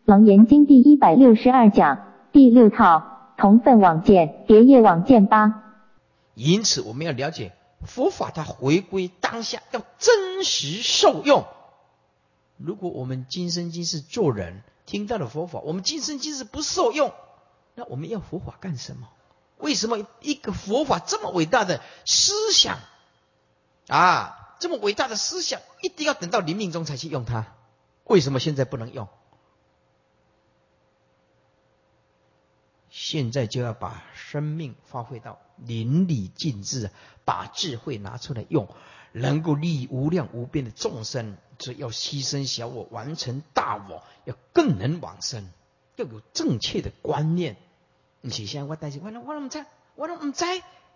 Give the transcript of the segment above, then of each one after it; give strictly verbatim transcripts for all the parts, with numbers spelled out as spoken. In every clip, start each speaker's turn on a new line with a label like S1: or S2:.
S1: 楞严经第一百六十二讲第六套同分网见别业网见八。
S2: 因此我们要了解佛法，它回归当下，要真实受用。如果我们今生今世做人听到了佛法，我们今生今世不受用，那我们要佛法干什么？为什么一个佛法这么伟大的思想啊，这么伟大的思想一定要等到临命终才去用它？为什么现在不能用？现在就要把生命发挥到淋漓尽致，把智慧拿出来用，能够利益无量无边的众生。所以要牺牲小我，完成大我，要更能往生，要有正确的观念。不是现在我担心，我都我都不知，我都不知，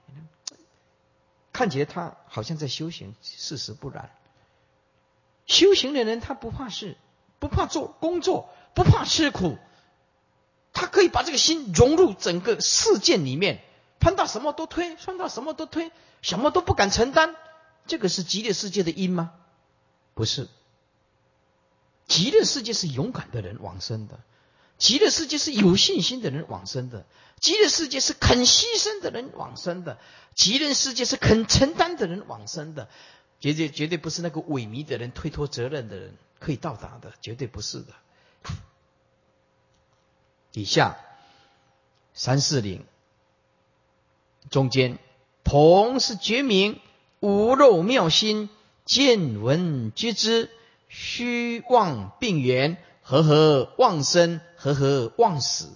S2: 看起来他好像在修行，事实不然。修行的人他不怕事，不怕做工作，不怕吃苦，他可以把这个心融入整个事件里面，碰到什么都推，碰到什么都推，什么都不敢承担。这个是极乐世界的因吗？不是。极乐世界是勇敢的人往生的，极乐世界是有信心的人往生的，极乐世界是肯牺牲的人往生的，极乐世界是肯承担的人往生的，绝对绝对不是那个萎靡的人、推脱责任的人可以到达的，绝对不是的。底下三四零中间，同是觉明无漏妙心，见闻觉知，虚妄病缘，和合妄生，和合妄死，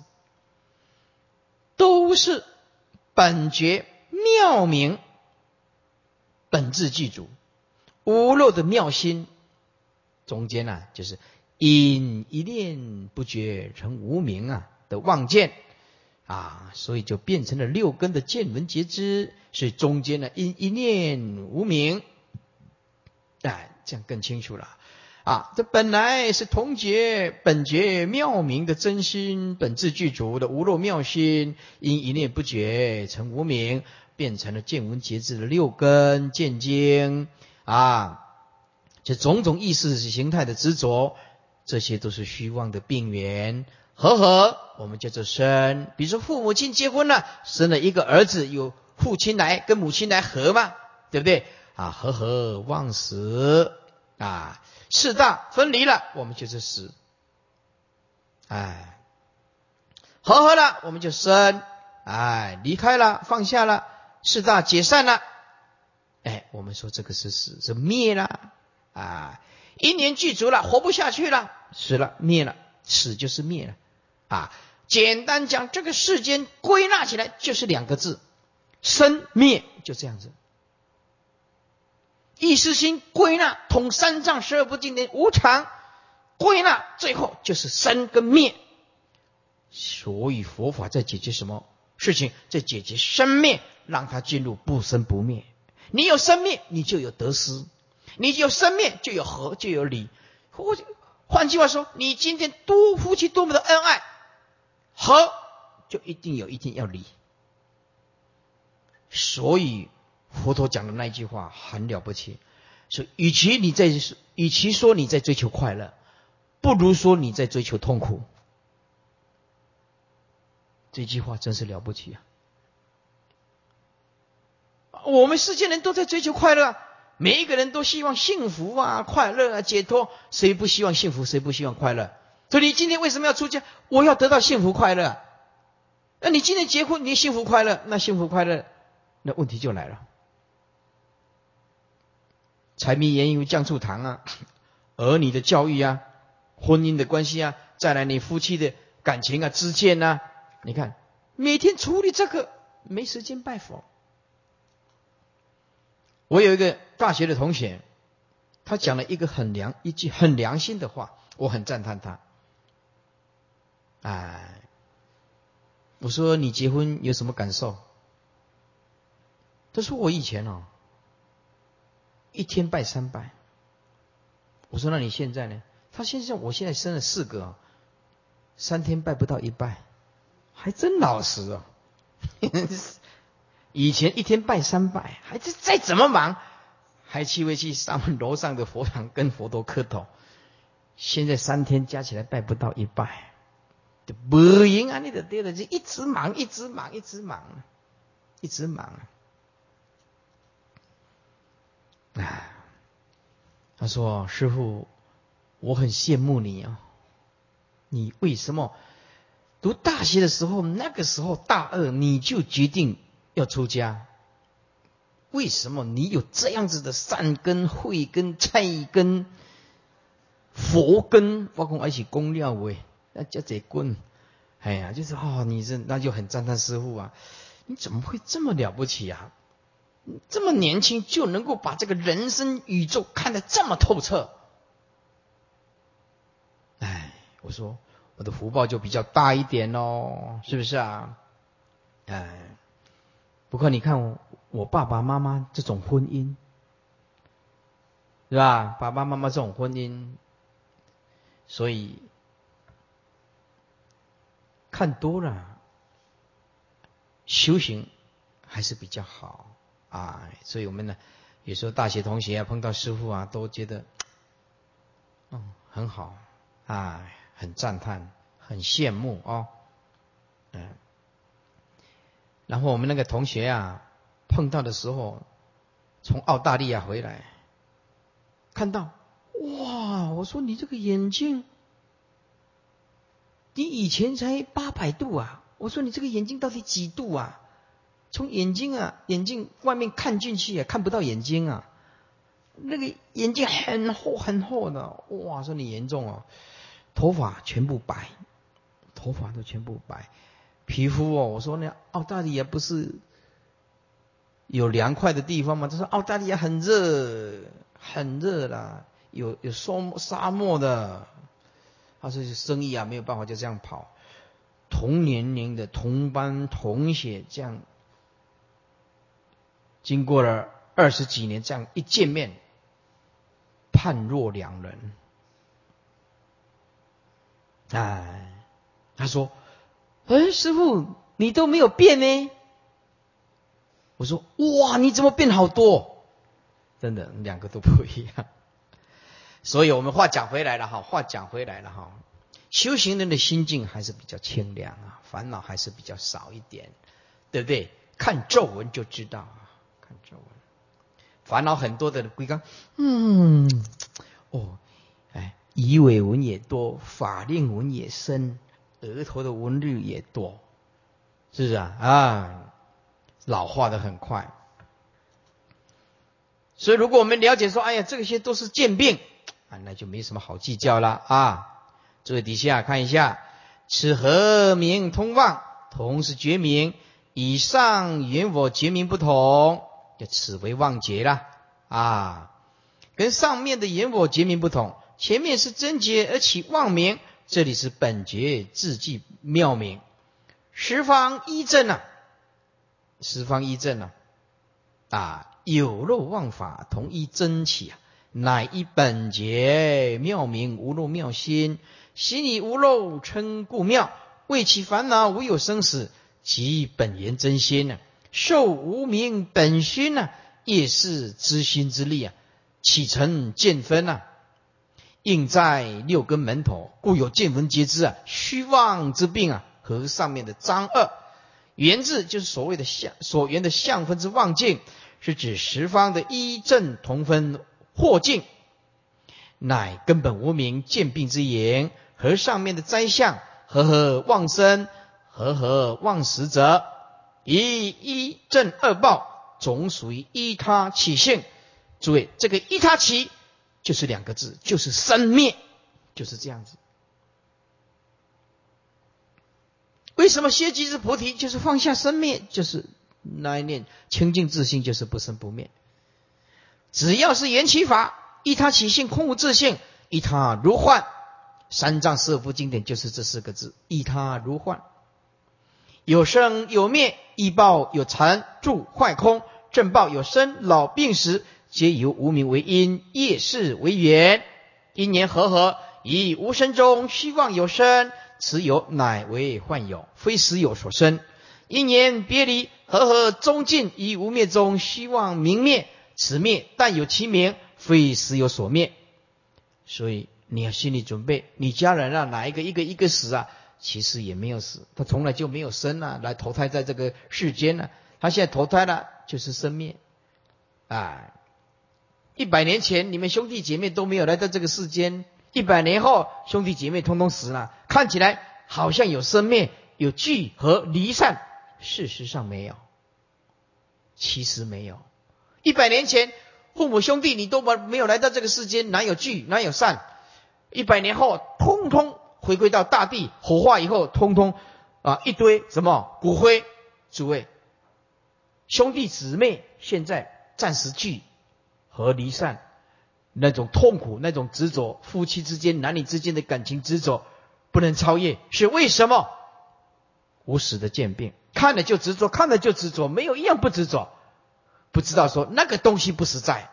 S2: 都是本觉妙明本质具足无漏的妙心。中间啊，就是因一念不觉成无明啊的妄见啊，所以就变成了六根的见闻觉知。所以中间呢，因一念无明，哎，这样更清楚了啊。这本来是同觉本觉妙明的真心本质具足的无漏妙心，因一念不觉成无明，变成了见闻觉知的六根见经啊。这种种意识形态的执着，这些都是虚妄的病源。和合我们叫做生，比如说父母亲结婚了，生了一个儿子，有父亲来跟母亲来和嘛，对不对啊？和合忘死啊，四大分离了，我们就是死。哎，和合了我们就生，哎，离开了放下了，四大解散了，哎，我们说这个是死，是灭了啊。因缘具足了，活不下去了，死了灭了，死就是灭了啊。简单讲，这个世间归纳起来就是两个字，生灭，就这样子。意识心归纳统三藏十二部经典无常，归纳最后就是生跟灭。所以佛法在解决什么事情？在解决生灭，让它进入不生不灭。你有生灭，你就有得失；你有生灭，就有和，就有离。换句话说，你今天多夫妻多么的恩爱，和就一定有一天要离。所以佛陀讲的那一句话很了不起，说与其你在与其说你在追求快乐，不如说你在追求痛苦。这句话真是了不起啊！我们世间人都在追求快乐，每一个人都希望幸福啊、快乐啊、解脱，谁不希望幸福？谁不希望快乐？所以你今天为什么要出家？我要得到幸福快乐。那你今天结婚，你幸福快乐，那幸福快乐，那问题就来了。柴米盐油酱醋糖啊，儿女的教育啊，婚姻的关系啊，再来你夫妻的感情啊、知见啊，你看每天处理这个，没时间拜佛。我有一个大学的同学，他讲了一个很良一句很良心的话，我很赞叹他。哎，我说你结婚有什么感受？他说我以前哦，一天拜三拜。我说那你现在呢？他现在我现在生了四个、哦，三天拜不到一拜，还真老实哦。以前一天拜三拜，还是再怎么忙，还去会去上楼上的佛堂跟佛陀磕头。 现在三天加起来拜不到一拜，不赢啊！你的对了，就一直忙，一直忙，一直忙，一直忙啊！他说：“师父，我很羡慕你啊！你为什么读大学的时候，那个时候大二你就决定要出家？为什么你有这样子的善根、慧根、菜根、佛根？包括一起公料为那叫这棍。哎呀，就是哦，你这那就很赞叹师父啊！你怎么会这么了不起啊？这么年轻就能够把这个人生宇宙看得这么透彻？”哎，我说我的福报就比较大一点咯，是不是啊？哎，不过你看我我爸爸妈妈这种婚姻，是吧？爸爸妈妈这种婚姻，所以看多了，修行还是比较好啊。所以我们呢，有时候大学同学啊碰到师父啊，都觉得嗯很好啊，很赞叹，很羡慕哦。嗯，然后我们那个同学啊，碰到的时候，从澳大利亚回来，看到哇，我说你这个眼睛，你以前才八百度啊，我说你这个眼睛到底几度啊？从眼睛啊，眼睛外面看进去也看不到眼睛啊，那个眼睛很厚很厚的，哇，说你严重哦，头发全部白，头发都全部白，皮肤哦，我说那澳大利亚不是有凉快的地方吗？他说澳大利亚很热，很热啦，有有沙沙漠的。他说生意啊没有办法就这样跑，同年龄的同班同学这样，经过了二十几年，这样一见面，判若两人。哎，他说：“哎，师父，你都没有变呢。”我说：“哇，你怎么变好多？”真的，两个都不一样。所以我们话讲回来了哈，话讲回来了哈，修行人的心境还是比较清凉啊，烦恼还是比较少一点，对不对？看咒文就知道啊，看咒文，烦恼很多的龟刚，嗯，哦，哎，仪轨文也多，法令纹也深，额头的纹路也多，是不是啊？啊，老化的很快。所以如果我们了解说，哎呀，这些都是渐病啊，那就没什么好计较了啊。这个底下看一下，此何名通妄？同是觉明，以上言我觉明不同，就此为妄觉了啊。跟上面的言我觉明不同，前面是真觉而起妄名，这里是本觉自具妙明。十方一正啊，十方一正啊，啊，有漏妄法同一真起啊，乃一本觉妙明无漏妙心，心以无漏称故妙，为其烦恼无有生死，即本源真心呢、啊，受无明本心呢、啊，业是知心之力啊，启成见分啊，应在六根门头，故有见闻皆知啊，虚妄之病啊，和上面的张二。缘字就是所谓的相，所缘的相分之妄境，是指十方的一正同分惑境，乃根本无明见病之言。和上面的灾相，和合妄生，和合妄实者，以一正二报，总属于依他起性。诸位，这个依他起就是两个字，就是生灭，就是这样子。为什么歇即是菩提？就是放下生灭，就是那一念清净自性，就是不生不灭。只要是缘起法，依他起性，空无自性，依他如幻。三藏十二部经典就是这四个字，依他如幻。有生有灭，依报有缠住坏空，正报有生老病死，皆由无明为因，业事为缘。因缘和合，以无生中虚妄有生，此有乃为幻有，非实有所生。因缘别离，和合中尽，以无灭中虚妄明灭，此灭但有其名，非实有所灭。所以你要心理准备，你家人啊哪一个一个一个死啊，其实也没有死，他从来就没有生啊，来投胎在这个世间啊，他现在投胎了就是生灭啊。一百年前你们兄弟姐妹都没有来到这个世间，一百年后兄弟姐妹通通死了，看起来好像有生灭，有聚合离散，事实上没有，其实没有。一百年前父母兄弟你都没有来到这个世间，哪有聚哪有散？一百年后通通回归到大地，火化以后通通啊一堆什么骨灰。诸位，兄弟姊妹现在暂时聚和离散，那种痛苦，那种执着，夫妻之间男女之间的感情执着不能超越，是为什么？无始的渐变，看了就执着，看了就执着，没有一样不执着，不知道说那个东西不实在，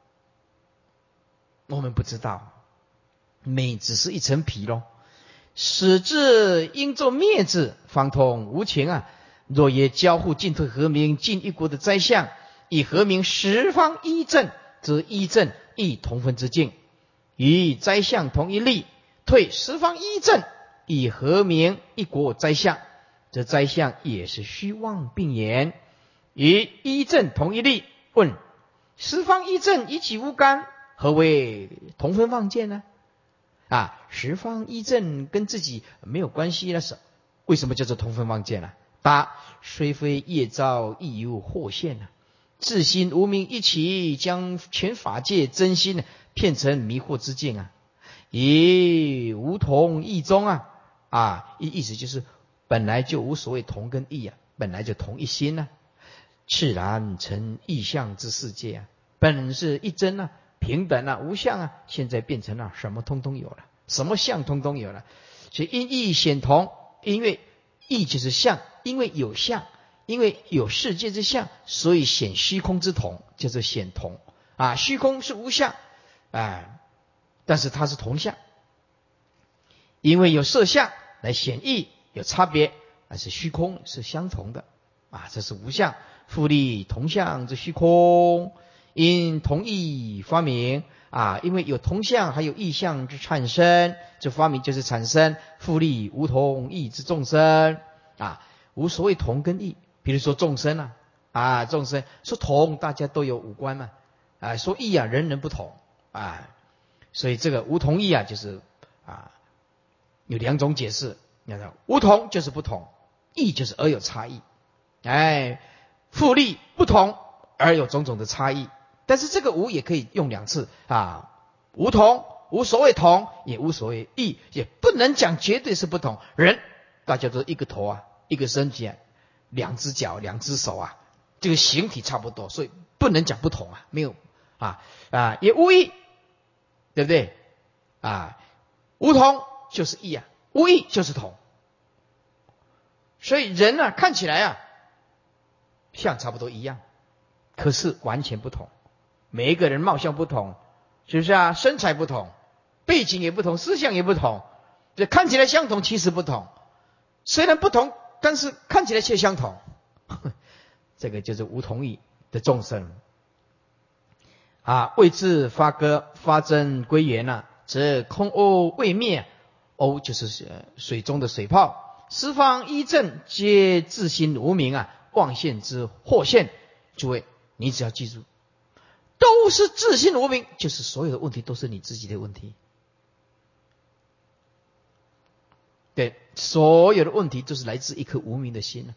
S2: 我们不知道，美只是一层皮咯。始至应作灭字，方通无情啊。若也交互进退和鸣，尽一国的灾相，以和鸣十方一正，则一正亦同分之境，与灾相同一力，退十方一正，以和鸣一国灾相，则灾相也是虚妄并言。与一正同一力，问十方一正以己无干，何为同分妄见呢？啊，十方一正跟自己没有关系了，是为什么叫做同分妄见呢？答：虽非业造，亦有惑现呢。自心无明一起，将全法界真心骗成迷惑之境啊！以无同异中啊啊，意意思就是本来就无所谓同跟异啊，本来就同一心啊。自然成异相之世界啊，本是一真啊，平等啊，无相啊，现在变成了什么通通有了，什么相通通有了。所以因异显同，因为异就是相，因为有相，因为有世界之相，所以显虚空之同，叫做显同啊。虚空是无相啊，但是它是同相，因为有色相来显异，有差别，但是虚空是相同的啊，这是无相。复立同相之虚空，因同异发明啊，因为有同相还有异相之产生，这发明就是产生复立无同异之众生啊，无所谓同跟异。比如说众生啊啊，众生说同，大家都有五官嘛啊，说异啊，人人不同啊，所以这个无同异啊，就是啊有两种解释。你看，无同就是不同，异就是而有差异，哎。复立不同而有种种的差异，但是这个无也可以用两次啊，无同无所谓同，也无所谓异，也不能讲绝对是不同。人大家都一个头啊，一个身体啊，两只脚两只手啊，这个形体差不多，所以不能讲不同啊，没有啊啊也无异，对不对啊？无同就是异啊，无异就是同，所以人啊看起来啊相差不多一样，可是完全不同。每一个人貌相不同，是不是啊？身材不同，背景也不同，思想也不同，这看起来相同，其实不同。虽然不同，但是看起来却相同。这个就是无同异的众生啊。为自发歌发真归元啊，则空瓯未灭，瓯就是水中的水泡，十方一正皆自心无明啊。妄现之惑现，诸位，你只要记住，都是自心无明，就是所有的问题都是你自己的问题。对，所有的问题都是来自一颗无明的心。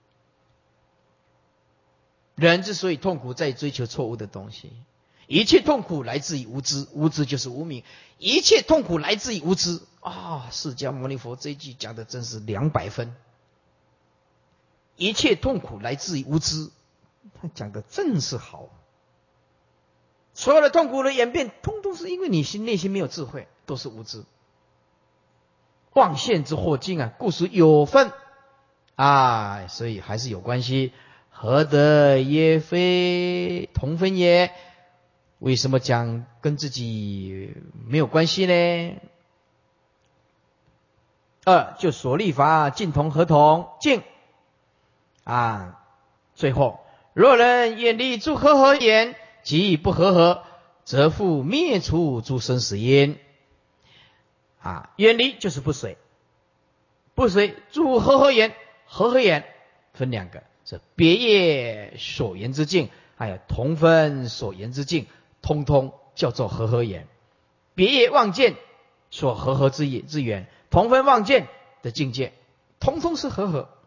S2: 人之所以痛苦，在追求错误的东西。一切痛苦来自于无知，无知就是无明。一切痛苦来自于无知啊！释迦牟尼佛这一句讲的真是两百分。一切痛苦来自于无知，他讲的真是好。所有的痛苦的演变，通通是因为你心内心没有智慧，都是无知。妄现之惑境啊，故属有分啊，所以还是有关系。何得耶非同分也？为什么讲跟自己没有关系呢？二就所立法尽同合同尽。啊，最后，若人远离诸和合言，即不和合，则复灭除诸生死因。 啊，远离就是不随，不随住和合缘，和合缘分两个，是别业所缘之境，还有同分所缘之境，通通叫做和合缘。别业望见所和合之也之缘，同分望见的境界，通通是和合。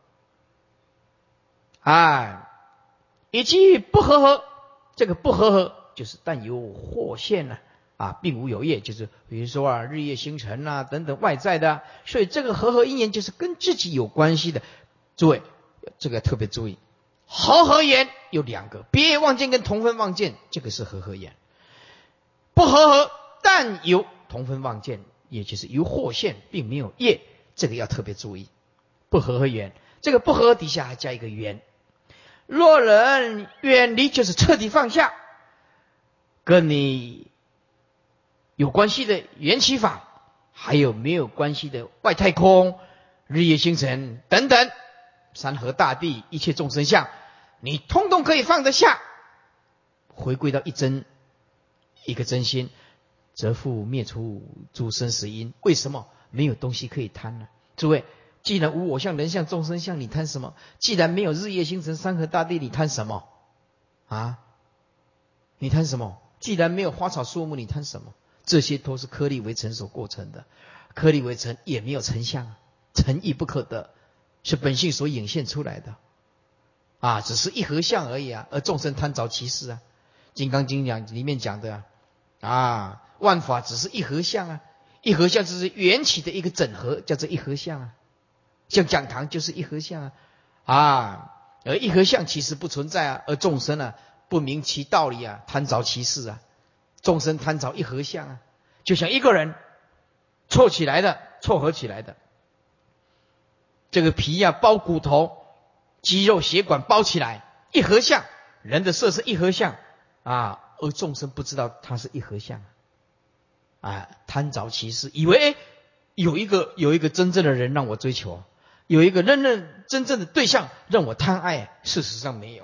S2: 哎，以及不和合，这个不和合就是但有惑现了啊，并无有业，就是比如说啊，日夜星辰啊等等外在的、啊，所以这个和合因缘就是跟自己有关系的。诸位，这个特别注意，和合缘有两个，别业望见跟同分望见，这个是和合缘。不和合但有同分望见，也就是有惑现，并没有业，这个要特别注意。不和合缘，这个不和合底下还加一个缘。若人远离，就是彻底放下跟你有关系的缘起法，还有没有关系的外太空、日夜星辰等等，山河大地一切众生相，你通通可以放得下，回归到一真一个真心，则复灭除诸生死因。为什么没有东西可以贪呢？诸位，既然无我相、人相、众生相，你贪什么？既然没有日夜星辰、山河大地，你贪什么啊？你贪什么？既然没有花草树木，你贪什么？这些都是颗粒为尘所构成的，颗粒为尘也没有尘相，尘亦不可得，是本性所显现出来的啊，只是一合相而已啊。而众生贪着其事啊，《金刚经》讲里面讲的啊，啊，万法只是一合相啊，一合相就是缘起的一个整合，叫做一合相啊。像讲堂就是一合相啊，啊，而一合相其实不存在啊，而众生啊不明其道理啊，贪着其事啊，众生贪着一合相啊，就像一个人凑起来的，凑合起来的，这个皮啊包骨头，肌肉血管包起来，一合相，人的色是一合相啊，而众生不知道它是一合相啊，贪着其事，以为有一个有一个真正的人让我追求。有一个真正真正的对象让我贪爱，事实上没有。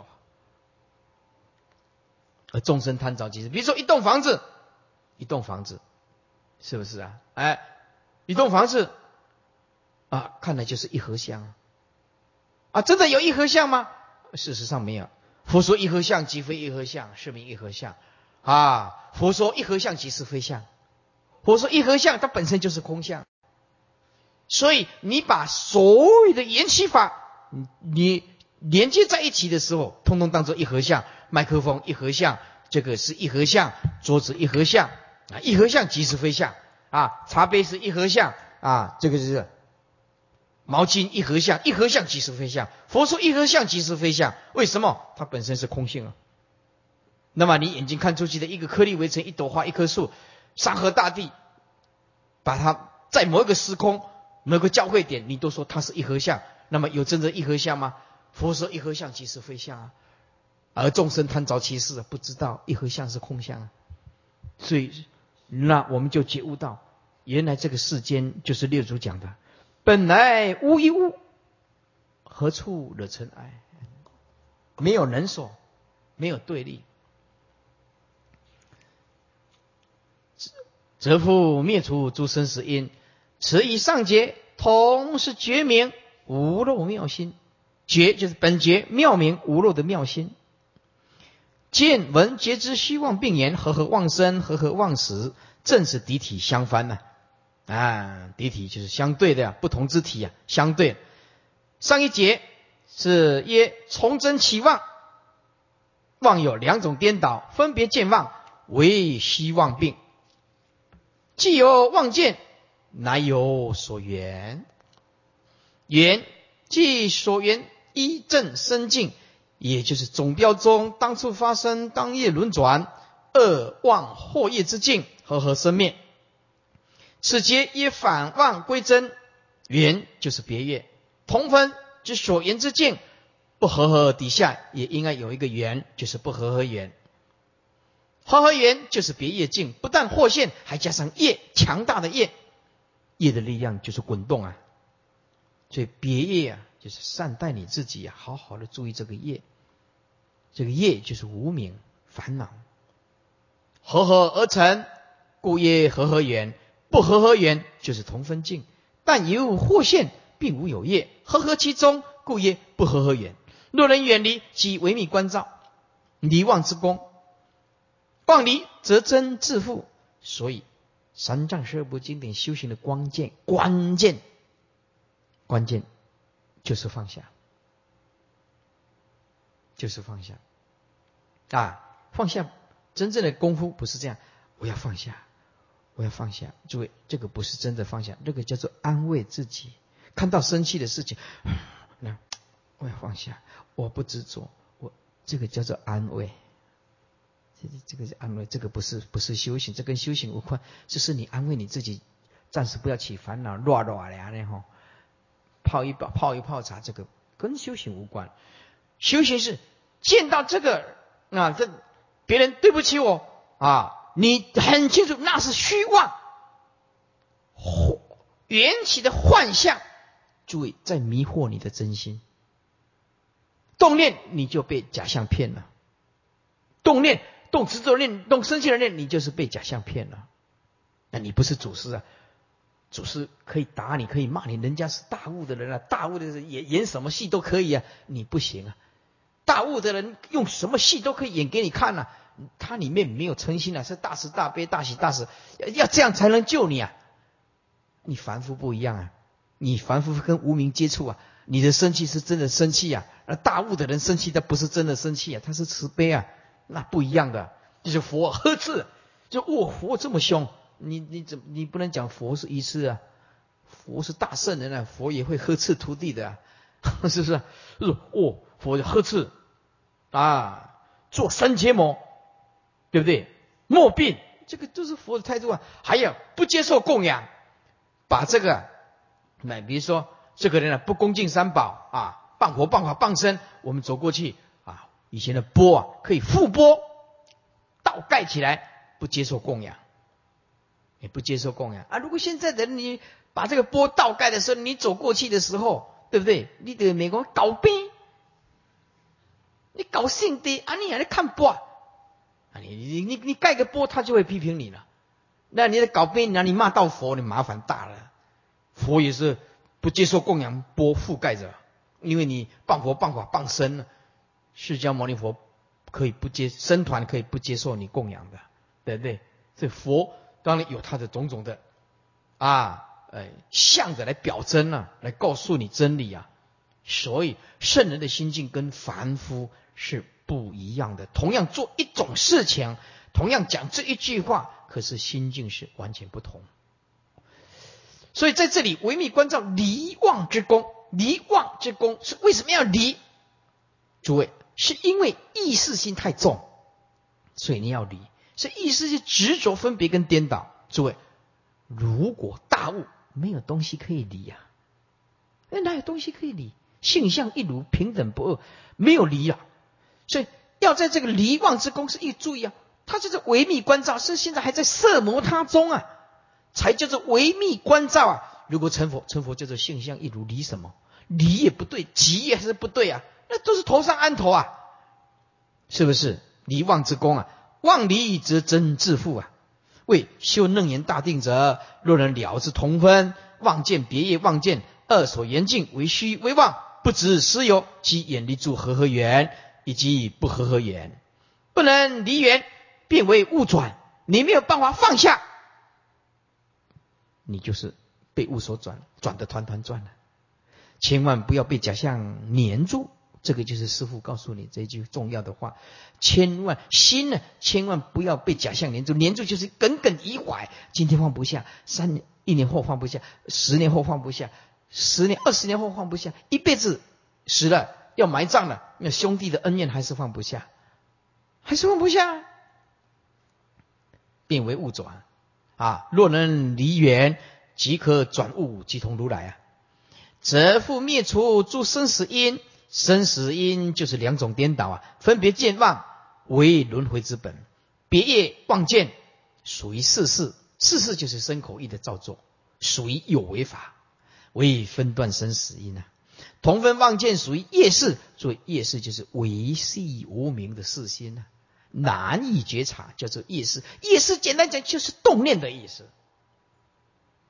S2: 而众生贪着其事，比如说一栋房子，一栋房子，是不是啊？哎，一栋房子啊，看来就是一合相啊，真的有一合相吗？事实上没有。佛说一合相即非一合相，是名一合相啊。佛说一合相即是非相，佛说一合相它本身就是空相。所以你把所有的缘起法你连接在一起的时候，通通当作一合相。麦克风一合相，这个是一合相；桌子一合相啊，一合相即是非相啊。茶杯是一合相啊，这个是毛巾一合相，一合相即是非相。佛说一合相即是非相，为什么？它本身是空性啊。那么你眼睛看出去的一个颗粒为成一朵花、一棵树、山河大地，把它在某一个时空某个交汇点，你都说它是一合相，那么有真正一合相吗？佛说一合相即是非相啊，而众生贪着其事，不知道一合相是空相啊。所以那我们就觉悟到，原来这个世间就是六祖讲的，本来无一物，何处惹尘埃？没有人所，没有对立，则复灭除诸生死因。此以上节同是觉明无漏妙心，觉就是本觉妙明无漏的妙心。见闻觉知虚妄并言，和合妄生，和合妄死，正是敌体相反呢、啊。啊，敌体就是相对的、啊、不同之体啊，相对。上一节是曰从真起妄，妄有两种颠倒，分别见妄为虚妄病。既有妄见，乃有所缘，缘即所缘依正生净，也就是总标中当初发生当业轮转，恶妄惑业之境，和合生灭。此节也反妄归真，缘就是别业，同分即所缘之境，不和合底下也应该有一个缘，就是不和合缘。和合缘就是别业境，不但惑现，还加上业，强大的业，业的力量就是滚动啊。所以别业啊，就是善待你自己啊，好好的注意这个业。这个业就是无明烦恼，和合而成，故业和合缘。 不和合缘就是同分境，但有惑现，并无有业，和合其中，故曰不和合缘。若能远离，即唯密观照，离妄之功。妄离则真自负。所以三藏十二部经典修行的关键关键关键就是放下，就是放下啊！放下真正的功夫不是这样，我要放下，我要放下。诸位，这个不是真的放下，这个叫做安慰自己。看到生气的事情，那我要放下，我不执着，我这个叫做安慰。这这个是安慰，这个不是不是修行，这跟修行无关，这是你安慰你自己，暂时不要起烦恼，乱乱的呢吼，泡一泡泡一泡茶，这个跟修行无关。修行是见到这个啊，这别人对不起我啊，你很清楚那是虚妄，缘起的幻象，诸位在迷惑你的真心。动念你就被假象骗了，动念。动执着念，动生气的念，你就是被假象骗了。那你不是祖师啊？祖师可以打你，可以骂你，人家是大悟的人啊，大悟的人演演什么戏都可以啊，你不行啊。大悟的人用什么戏都可以演给你看啊，他里面没有诚心啊，是大慈大悲、大喜大舍，要这样才能救你啊。你凡夫不一样啊，你凡夫跟无明接触啊，你的生气是真的生气啊，而大悟的人生气，他不是真的生气啊，他是慈悲啊。那不一样的，就是佛呵斥，就哦，佛这么凶，你你怎你不能讲佛是愚痴啊？佛是大圣人啊，佛也会呵斥徒弟的啊，是不是？就是哦，佛呵斥啊，做三结魔，对不对？莫病，这个都是佛的态度啊。还有不接受供养，把这个，那比如说这个人啊，不恭敬三宝啊，谤佛谤法谤身，我们走过去。以前的钵啊，可以覆钵，倒盖起来，不接受供养，也不接受供养啊。如果现在的人你把这个钵倒盖的时候，你走过去的时候，对不对？你的美国搞悲，你搞性的啊，你还在看钵啊？你你你你盖个钵，他就会批评你了。那你在搞悲，那你骂到佛，你麻烦大了。佛也是不接受供养，钵覆盖着，因为你谤佛谤法谤身了。释迦牟尼佛可以不接，僧团可以不接受你供养的，对不对？所以佛当然有他的种种的啊，呃，向着来表征啊，来告诉你真理啊。所以圣人的心境跟凡夫是不一样的。同样做一种事情，同样讲这一句话，可是心境是完全不同。所以在这里唯密观照离妄之功，离妄之功是为什么要离？诸位。是因为意识心太重，所以你要离。所以意识是执着、分别跟颠倒。诸位，如果大悟，没有东西可以离啊，那哪有东西可以离？性相一如，平等不二，没有离啊。所以要在这个离妄之功是一注意啊，它就是唯密观照，是现在还在色魔他中啊，才叫做唯密观照啊。如果成佛，成佛叫做性相一如，离什么？离也不对，即也是不对啊。那都是头上安头啊，是不是？离妄之功啊，妄离则真自负啊。为修楞严大定者，若能了知同分，妄见别业，妄见二所缘境为虚为妄，不知实有，即远离住和合缘以及不和合缘，不能离缘，变为物转。你没有办法放下，你就是被物所转，转得团团转了。千万不要被假象黏住。这个就是师父告诉你这一句重要的话，千万心呢，千万不要被假象黏住，黏住就是耿耿于怀，今天放不下，三年一年后放不下，十年后放不下，十年二十年后放不下，一辈子死了要埋葬了，那兄弟的恩怨还是放不下，还是放不下，变为物转啊！若能离缘，即可转物，即同如来啊，则复灭除诸生死因。生死因就是两种颠倒啊，分别见妄为轮回之本，别业妄见属于世事，世事就是身口意的造作，属于有为法，为分断生死因啊。同分妄见属于业事，所以业事就是维系无明的事心啊，难以觉察，叫做业事。业事简单讲就是动念的意思，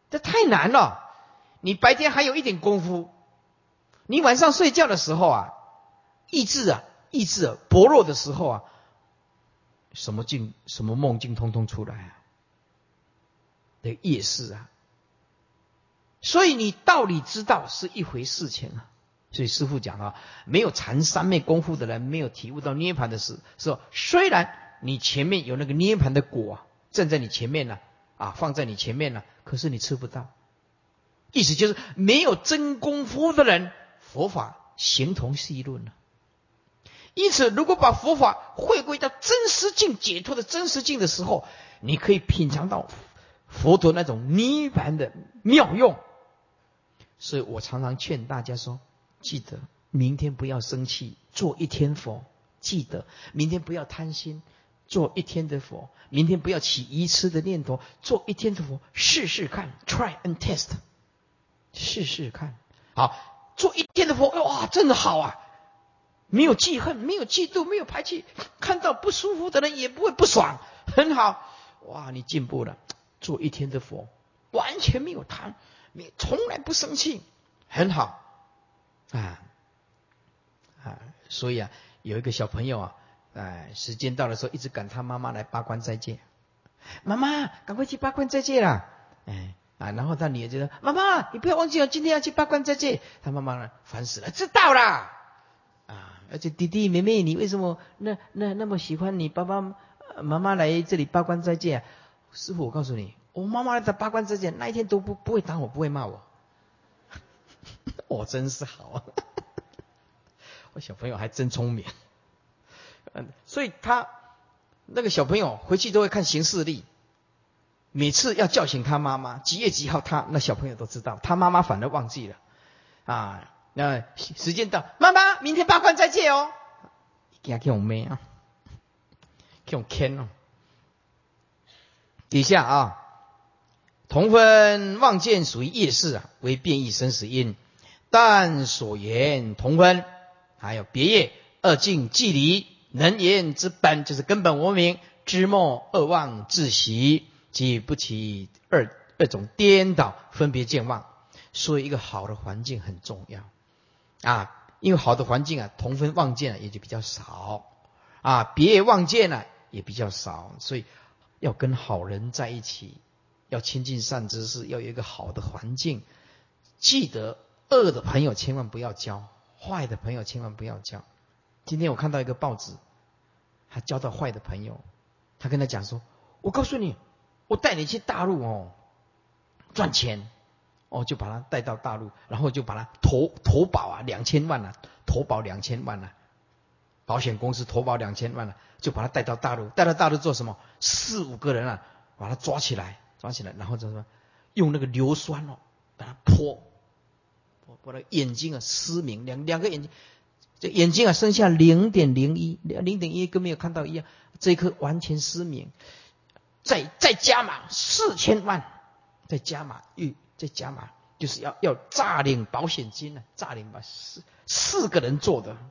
S2: 这太难了。你白天还有一点功夫，你晚上睡觉的时候啊，意志啊，意志啊薄弱的时候啊，什么境、什么梦境，通通出来啊。的夜市啊，所以你道理知道是一回事情啊。所以师父讲啊，没有禅三昧功夫的人，没有体悟到涅槃的事，说虽然你前面有那个涅槃的果啊，站在你前面呢，啊，放在你前面呢，可是你吃不到。意思就是没有真功夫的人，佛法形同戏论了。因此，如果把佛法回归到真实境解脱的真实境的时候，你可以品尝到佛陀那种涅槃的妙用。所以我常常劝大家说，记得明天不要生气，做一天佛；记得明天不要贪心，做一天的佛；明天不要起愚痴的念头，做一天的佛。试试看 ，try and test， 试试看。好，做一天的佛，哇，真的好啊！没有记恨，没有嫉妒，没有排斥，看到不舒服的人也不会不爽，很好。哇，你进步了。做一天的佛，完全没有贪，没从来不生气，很好啊啊！所以啊，有一个小朋友啊，哎，时间到的时候，一直赶他妈妈来八关斋戒。妈妈，赶快去八关斋戒啦！哎啊，然后他女儿就说：“妈妈，你不要忘记了，今天要去八关斋戒。”他妈妈呢，烦死了，知道啦。啊，而且弟弟妹妹，你为什么那那那么喜欢你爸爸妈妈来这里八关斋戒啊？师父，我告诉你，我妈妈在八关斋戒那一天都不不会打我，不会骂我。我真是好，我小朋友还真聪明。嗯，所以他那个小朋友回去都会看行事历，每次要叫醒他妈妈几月几号，他那小朋友都知道，他妈妈反而忘记了啊。那时间到，妈妈，明天八关斋戒哦。给他用咩啊？用牵哦。底下啊，同分望见属于业事啊，为变异生死因，但所言同分，还有别业二境既离，能言之本就是根本无明，知末二妄自习，即不起二二种颠倒分别见妄。所以一个好的环境很重要啊，因为好的环境啊，同分望见啊也就比较少啊，别业望见啊也比较少，所以要跟好人在一起，要亲近善知识，要有一个好的环境。记得恶的朋友千万不要交，坏的朋友千万不要交。今天我看到一个报纸，他交到坏的朋友，他跟他讲说：“我告诉你，我带你去大陆哦，赚钱。”哦，就把他带到大陆，然后就把他投投保啊，两千万啊，投保两千万啊，保险公司投保两千万啊，就把他带到大陆，带到大陆做什么？四五个人啊，把他抓起来，抓起来，然后就说用那个硫酸哦，把他泼，把他眼睛啊失明，两两个眼睛，这眼睛啊剩下零点零一，零点一跟没有看到一样，这一颗完全失明，再再加码四千万，再加码又。再加码，就是要要诈领保险金呢、啊，诈领吧，四四个人做的。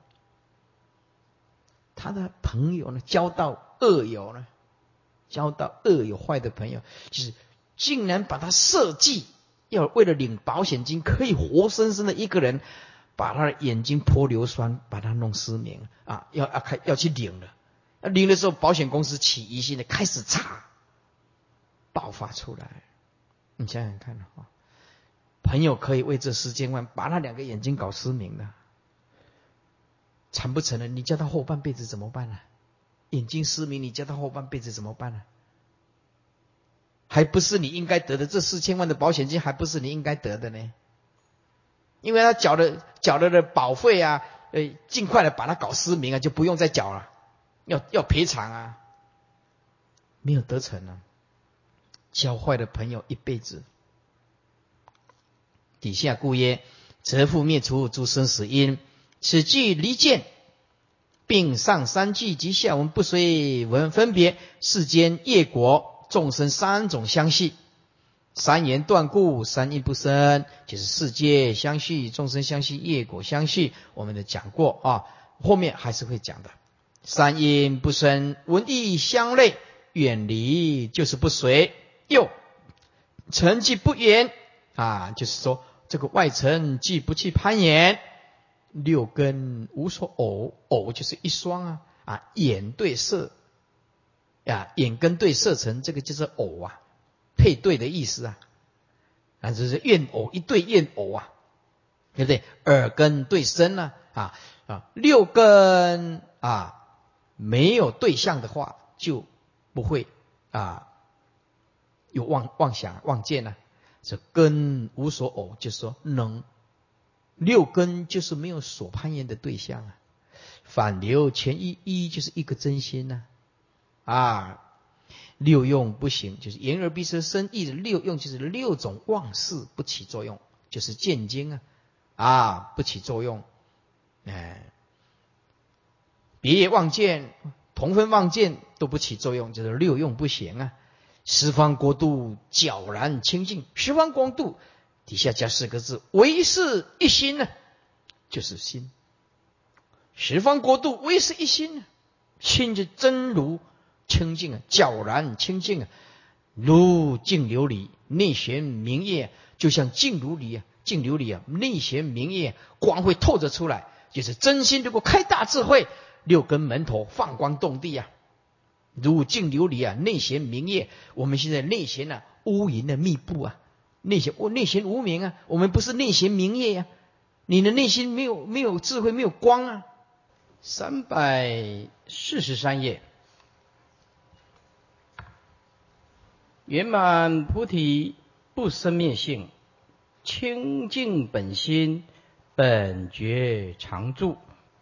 S2: 他的朋友呢，交到恶友呢，交到恶友坏的朋友，就是竟然把他设计，要为了领保险金，可以活生生的一个人把他的眼睛泼硫酸，把他弄失明啊，要要开要去领了。领的时候，保险公司起疑心的开始查，爆发出来。你想想看啊。朋友可以为这四千万把那两个眼睛搞失明了，惨不成了？你叫他后半辈子怎么办呢、啊？眼睛失明，你叫他后半辈子怎么办呢、啊？还不是你应该得的，这四千万的保险金还不是你应该得的呢？因为他缴了缴了的保费啊，呃，尽快的把他搞失明啊，就不用再缴了，要要赔偿啊，没有得成啊，教坏的朋友一辈子。底下故曰：则复灭除诸生死因，此句离见，并上三句及下文不随文分别世间业果众生三种相续，三言断故，三因不生，就是世界相续、众生相续、业果相续。我们的讲过啊，后面还是会讲的。三因不生，文义相类，远离就是不随。又尘既不远啊，就是说这个外尘既不去攀岩，六根无所偶，偶就是一双啊啊，眼对色呀，眼根对色尘，这个就是偶啊，配对的意思啊，啊，这是怨偶一对怨偶啊，对不对？耳根对身呢啊啊，六根啊没有对象的话，就不会啊有妄妄想妄见呢、啊。这根无所偶，就是说能六根就是没有所攀岩的对象啊。反流前一一就是一个真心呐 啊, 啊，六用不行，就是眼耳鼻舌身意的六用，就是六种妄事不起作用，就是见经啊啊不起作用，哎，别业妄见、同分妄见都不起作用，就是六用不行啊。十方国度皎然清净，十方光度底下加四个字，唯是一心呢、啊，就是心。十方国度唯是一心、啊，心就真如清净啊，皎然清净啊，如净琉璃内显明月，就像净如璃啊，净琉璃啊，内显明月，光会透着出来，就是真心如果开大智慧，六根门头放光动地啊。如净琉璃啊，内显明月。我们现在内显啊，乌云的密布啊，内显我内显无明啊，我们不是内显明月呀、啊。你的内心没有没有智慧，没有光啊。三百四十三页，圆满菩提不生灭性，清净本心，本觉常住。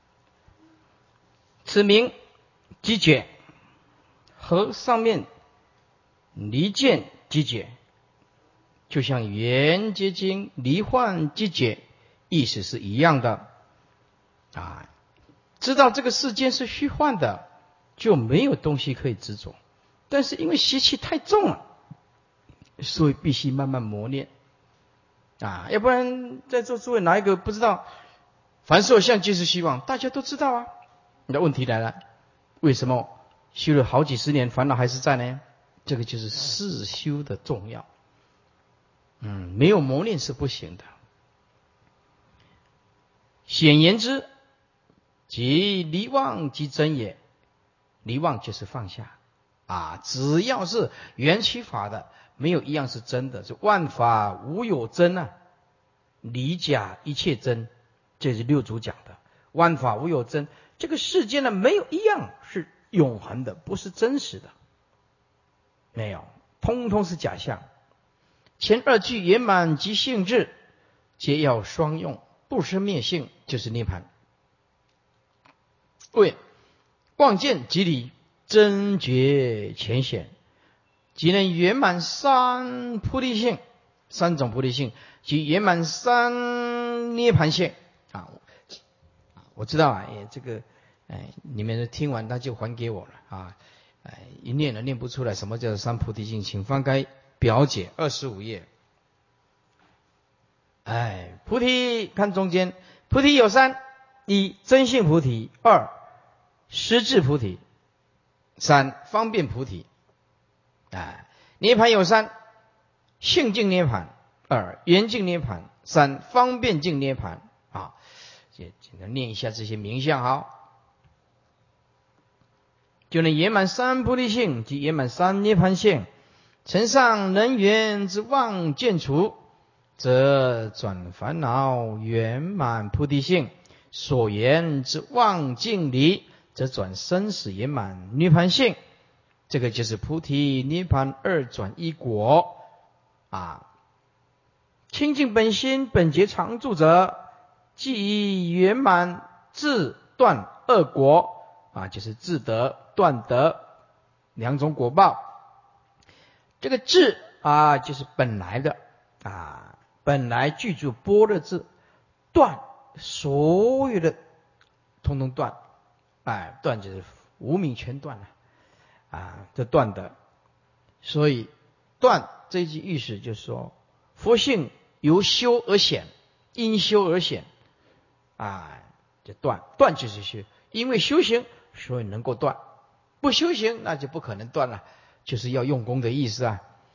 S2: 此名即觉。和上面离见即觉，就像缘觉经离幻即觉，意思是一样的啊。知道这个世间是虚幻的，就没有东西可以执着。但是因为习气太重了，所以必须慢慢磨练啊，要不然在座诸位哪一个不知道凡所相即是虚妄？大家都知道啊。那问题来了，为什么修了好几十年，烦恼还是在呢？这个就是世修的重要。嗯，没有磨练是不行的。显言之，即离妄即真也。离妄就是放下啊，只要是缘起法的，没有一样是真的，是万法无有真啊，离假一切真，这是六祖讲的。万法无有真，这个世间呢，没有一样是永恒的，不是真实的，没有，通通是假象。前二句圆满及性质，皆要双用，不生灭性就是涅槃。为望见即理，真觉浅显，即能圆满三菩提性，三种菩提性，即圆满三涅槃性啊。我知道啊，哎，这个，哎，你们听完他就还给我了啊，哎，一念了念不出来什么叫三菩提性，请翻开表解二十五页。哎，菩提看中间，菩提有三：一真性菩提，二实质菩提，三方便菩提。哎，涅槃有三：性净涅槃，二圆净涅槃，三方便净涅槃。啊，简简单念一下这些名相好，就能圆满三菩提性及圆满三涅槃性。尘上人缘之妄见除，则转烦恼圆满菩提性；所言之妄尽离，则转生死圆满涅槃性。这个就是菩提涅槃二转一果啊。清净本心，本觉常住者，即以圆满自断二果啊，就是自得断得两种果报。这个自啊，就是本来的啊，本来具足般若智，断所有的通通断，哎，断就是无明全断了啊，这断的。所以断这一句意思就是说，佛性由修而显，因修而显啊，这断断就是修，因为修行所以能够断，不修行那就不可能断了，就是要用功的意思啊。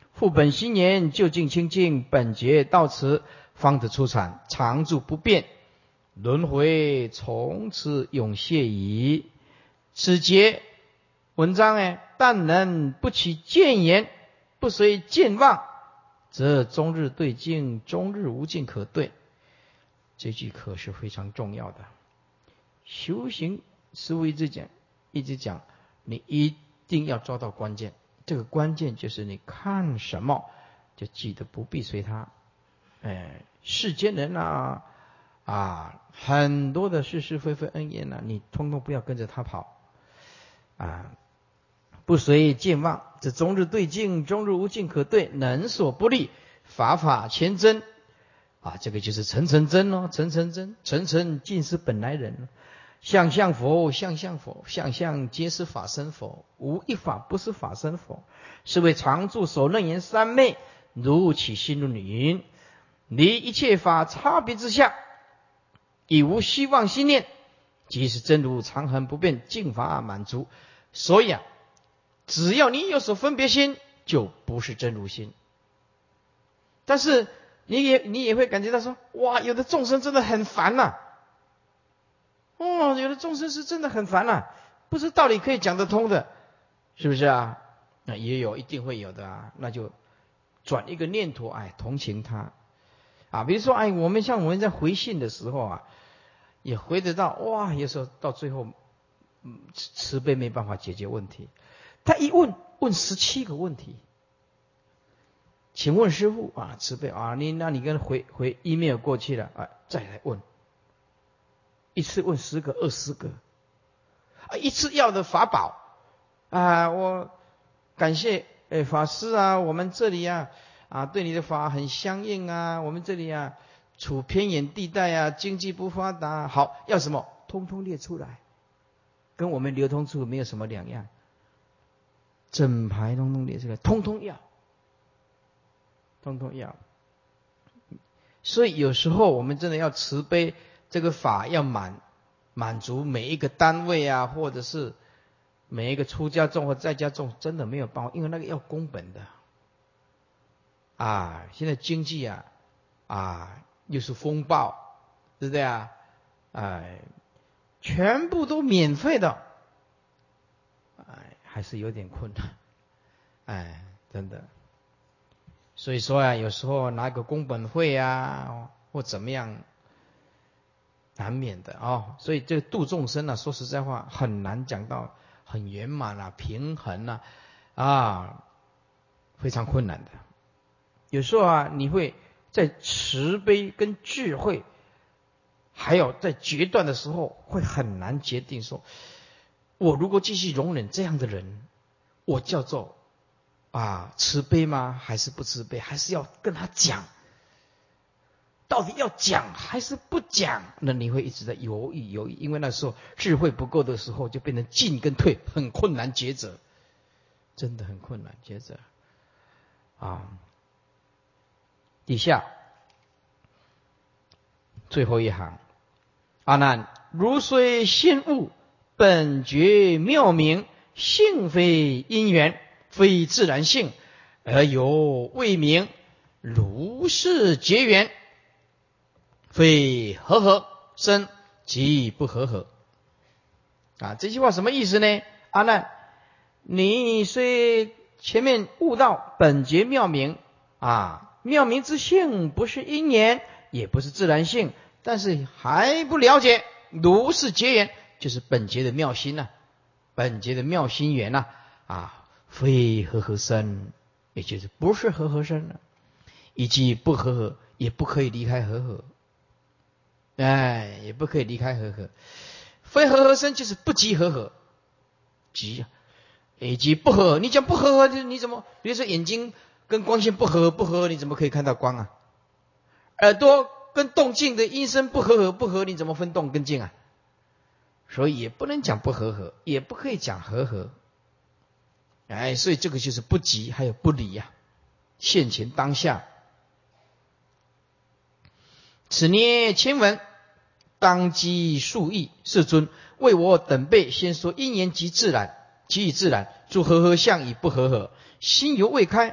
S2: 复本心言，究竟清净，本觉到此方得出产，常住不变，轮回从此永谢矣。此节文章哎，但能不起见言，不随见望，则终日对境，终日无境可对。这句可是非常重要的。修行师父一直讲，一直讲，你一定要抓到关键。这个关键就是你看什么，就记得不必随他。哎，世间人啊，啊，很多的是是非非恩怨啊，你通通不要跟着他跑啊。不随见望，这终日对境，终日无境可对，能所不利，法法全真啊，这个就是诚诚真哦，诚诚真，诚诚尽是本来人。相相佛，相相佛，相相皆是法身佛，无一法不是法身佛。是为常住所楞严三昧，如起心论云：离一切法差别之下，已无希望心念，即是真如常恒不变，净法满足。所以啊，只要你有所分别心，就不是真如心。但是你也你也会感觉到说，哇，有的众生真的很烦呐、啊。哦，有的众生是真的很烦啊，不是道理可以讲得通的，是不是啊？那也有，一定会有的啊。那就转一个念头，哎，同情他啊。比如说，哎，我们像我们在回信的时候啊，也回得到，哇，有时候到最后，嗯，慈悲没办法解决问题，他一问问十七个问题，请问师父啊，慈悲啊，你那你跟回回 email 过去了啊，再来问。一次问十个、二十个，啊，一次要的法宝啊！我感谢诶法师啊，我们这里啊啊对你的法很相应啊，我们这里啊处偏远地带啊，经济不发达，好要什么，通通列出来，跟我们流通处没有什么两样，整排通通列出来，通通要，通通要。所以有时候我们真的要慈悲。这个法要满满足每一个单位啊，或者是每一个出家众或在家众，真的没有办法，因为那个要供本的啊。现在经济啊啊又是风暴，对不对啊？哎，全部都免费的，哎，还是有点困难，哎，真的。所以说啊，有时候拿个供本会啊，或怎么样。难免的哦，所以这个度众生啊，说实在话很难讲到很圆满啊、平衡啊，啊，非常困难的。有时候啊，你会在慈悲跟智慧，还有在决断的时候，会很难决定说，我如果继续容忍这样的人，我叫做啊慈悲吗？还是不慈悲？还是要跟他讲？到底要讲还是不讲？那你会一直在犹豫犹豫，因为那时候智慧不够的时候，就变成进跟退，很困难抉择，真的很困难抉择啊。底下最后一行，阿难，如虽先悟，本觉妙明，性非因缘，非自然性，而有未明，如是结缘。非和合生，即不和合。啊，这句话什么意思呢？阿难，你虽前面悟到本觉妙明啊，妙明之性不是因缘，也不是自然性，但是还不了解如是结缘，就是本觉的妙心呐、啊，本觉的妙心缘呐、啊，啊，非和合生，也就是不是和合生了，以及不和合，也不可以离开和合。哎，也不可以离开和合，非和合生就是不即和合，即以及不和合。你讲不和合，你怎么？比如说眼睛跟光线不和合，不和合你怎么可以看到光啊？耳朵跟动静的音声不和合，不和你怎么分动跟静啊？所以也不能讲不和合，也不可以讲和合。哎，所以这个就是不即，还有不离呀、啊，现前当下。此捏前文。当机数义，世尊为我等辈先说因缘即自然，其以自然，诸和合相与不和合，心犹未开，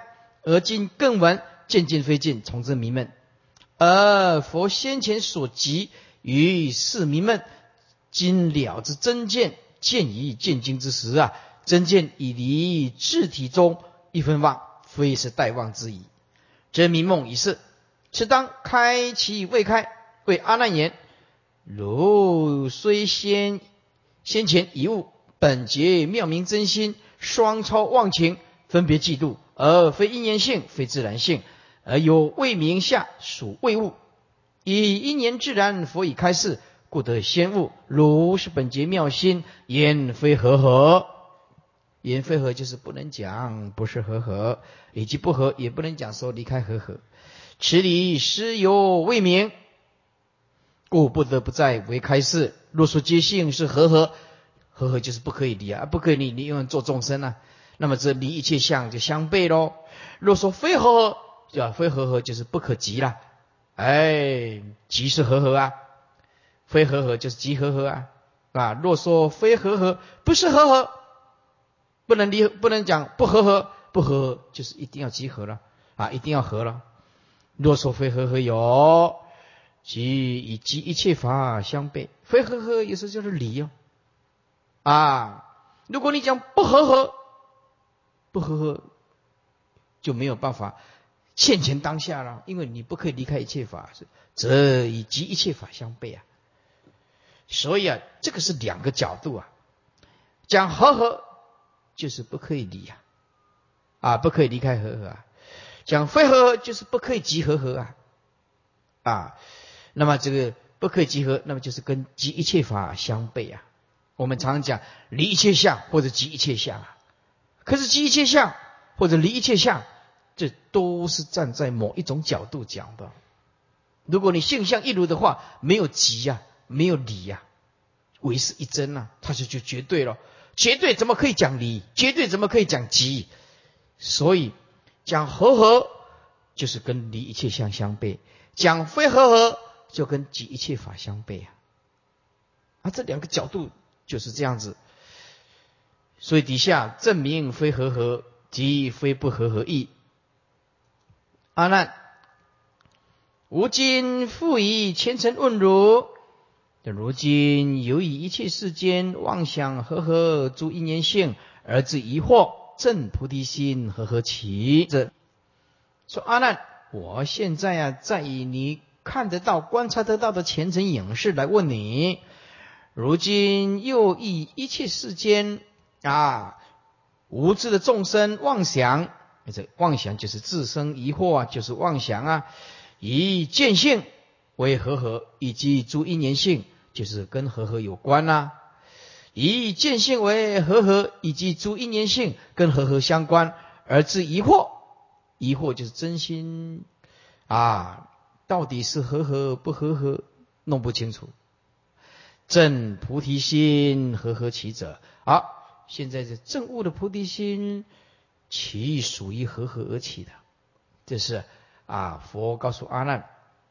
S2: 而今更闻渐进非尽，从之迷闷。而佛先前所集于是迷闷，今了之真见，见于见经之时啊，真见已离智体中一分妄，非是待妄之矣。真迷梦已逝，此当开其未开，为阿难言：如虽先先前一物，本觉妙明真心，双超妄情，分别嫉妒，而非因缘性，非自然性，而有未明下属未悟，以因缘自然，佛已开示，故得先悟。如是本觉妙心，言非和合。言非合就是不能讲，不是和合，以及不合也不能讲说离开和合。此理实有未明，故不得不再为开示。若说皆性是和合，和合就是不可以离啊，不可以离，你用做众生啊，那么这离一切相就相悖咯。若说非和合，就非和合就是不可及啦。哎，即是和合啊，非和合就是即和合啊。啊，若说非和合，不是和合，不能离，不能讲不和合，不和合就是一定要集合了啊，一定要合了。若说非和合有，即以及一切法相悖。非和合有时候就是离哦。啊，如果你讲不和合，不和合就没有办法现前当下了，因为你不可以离开一切法，则以及一切法相悖啊。所以啊，这个是两个角度啊。讲和合就是不可以离啊，啊，不可以离开和合啊。讲非和合就是不可以集和合啊，啊，那么这个不可以集合，那么就是跟集一切法相悖啊。我们常常讲离一切相或者集一切相啊，可是集一切相或者离一切相，这都是站在某一种角度讲的。如果你性相一如的话，没有集啊，没有离啊，唯是一真啊，它就就绝对了。绝对怎么可以讲离？绝对怎么可以讲集？所以讲和合就是跟离一切相相悖，讲非和合就跟集一切法相悖啊。啊，这两个角度就是这样子。所以底下证明非和合，即非不和合义。阿难，吾今复以前尘问汝：如今由于一切世间妄想和合诸因缘性，而自疑惑，正菩提心和合其？这说阿难，我现在啊，在以你看得到、观察得到的前尘影视来问你。如今又以一切世间啊无知的众生妄想，这妄想就是自生疑惑啊，就是妄想啊，以见性为和合，以及诸因缘性，就是跟和合有关啊。以见性为和合，以及诸因缘性跟和合相关，而致疑惑。疑惑就是真心啊，到底是和合不和合，弄不清楚。正菩提心和合其者，好，现在是正悟的菩提心，其属于和合而起的。这是啊，佛告诉阿难，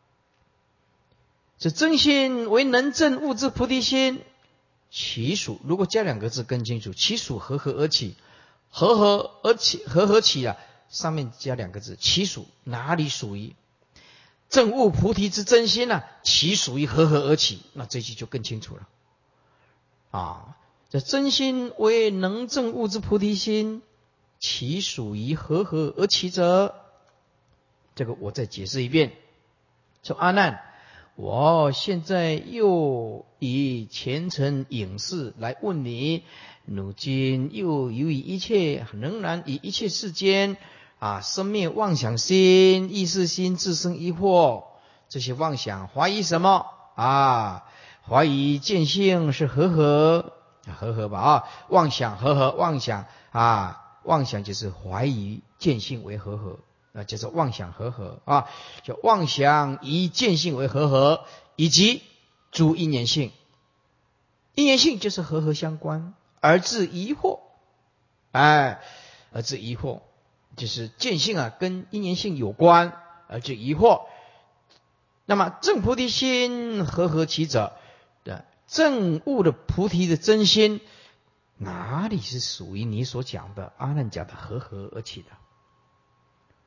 S2: 这真心为能正悟之菩提心，其属，如果加两个字更清楚，其属和合而起，和合而起，和合起啊，上面加两个字，其属，哪里属于正悟菩提之真心呢、啊？其属于和合而起，那这句就更清楚了啊！这真心为能正悟之菩提心，其属于和合而起者，这个我再解释一遍。说阿难，我现在又以前尘影视来问你，如今又由于一切仍然以一切世间啊，生灭妄想心、意识心自生疑惑，这些妄想怀疑什么啊？怀疑见性是和合，和合吧啊，妄想和合，妄想啊，妄想就是怀疑见性为和合，那叫做妄想和合啊，就妄想以见性为和合，以及诸因缘性，因缘性就是和合相关，而致疑惑，哎，而致疑惑。就是见性啊，跟因缘性有关，而致疑惑。那么正菩提心和合其者，正悟的菩提的真心，哪里是属于你所讲的阿难讲的和合而起的？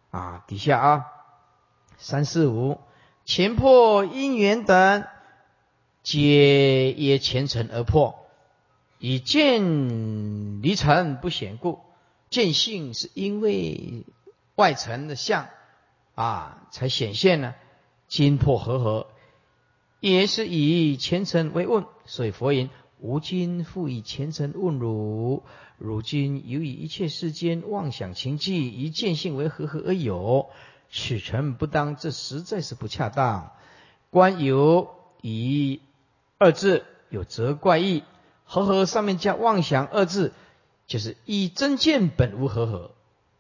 S2: 啊，底下啊，三四五，前破因缘等，皆耶前尘而破，以见离尘不显故。见性是因为外尘的相啊，才显现呢。今破合合，也是以前尘为问，所以佛言：吾今复以前尘问汝，汝今犹以一切世间妄想情迹，以见性为合合而有，此诚不当，这实在是不恰当。观有以二字有则怪异，合合上面加妄想二字，就是以真见本无合合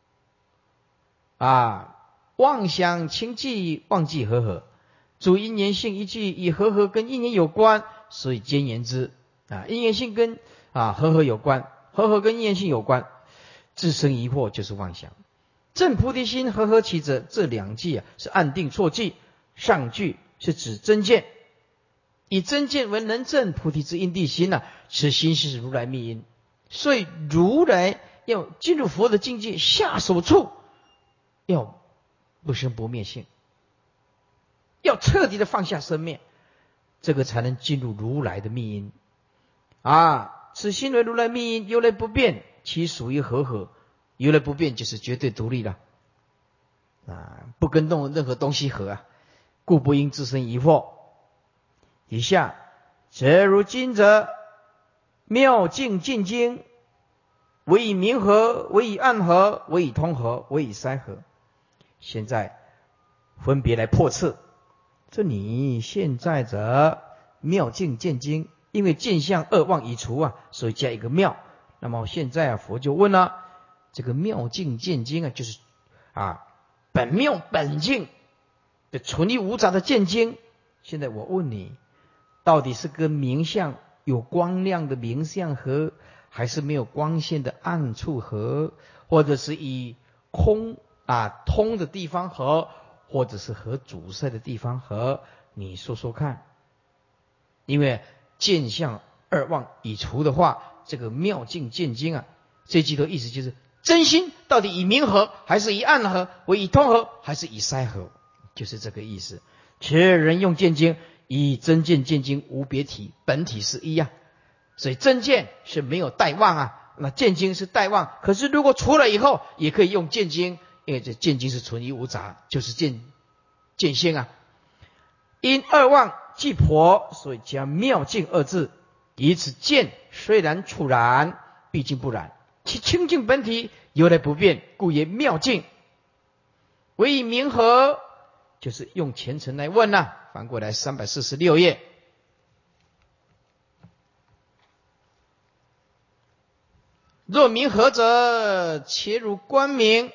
S2: 啊，妄想情迹忘记合合，主因缘性一句以合合跟因缘有关，所以兼言之啊，因缘性跟啊合合有关，合合跟因缘性有关，自生疑惑就是妄想。正菩提心合合起者，这两句啊是暗定错记，上句是指真见，以真见为能证菩提之因地心啊，此心是如来密因。所以如来要进入佛的境界，下手处要不生不灭性，要彻底的放下生灭，这个才能进入如来的密因啊。此心为如来密因，由来不变，其属于合合。由来不变就是绝对独立了啊，不跟动任何东西合啊，故不应自生疑惑。以下则如今者，妙境进经，为以明合，为以暗合，为以通合，为以塞合。现在分别来破斥。这你现在则妙境见经，因为见相二妄已除啊，所以加一个妙。那么现在啊，佛就问了，这个妙境见经啊，就是啊本妙本净的纯一无杂的见经。现在我问你，到底是跟明相有光亮的明相合，还是没有光线的暗处合，或者是以空啊通的地方合，或者是和阻塞的地方合？你说说看。因为见相二妄已除的话，这个妙境见经啊，这句的意思就是真心到底以明合，还是以暗合，为以通合，还是以塞合，就是这个意思。此人用见经，以真见见经无别体，本体是一啊。所以真见是没有带妄啊，那见经是带妄。可是如果除了以后，也可以用见经，因为这见经是纯一无杂，就是见见性啊。因二妄既破，所以加妙境二字，以此见虽然处然，毕竟不然，其清净本体由来不变，故曰妙境。唯以明合，就是用前尘来问啊。翻过来三百四十六页，若明合者，切入观明，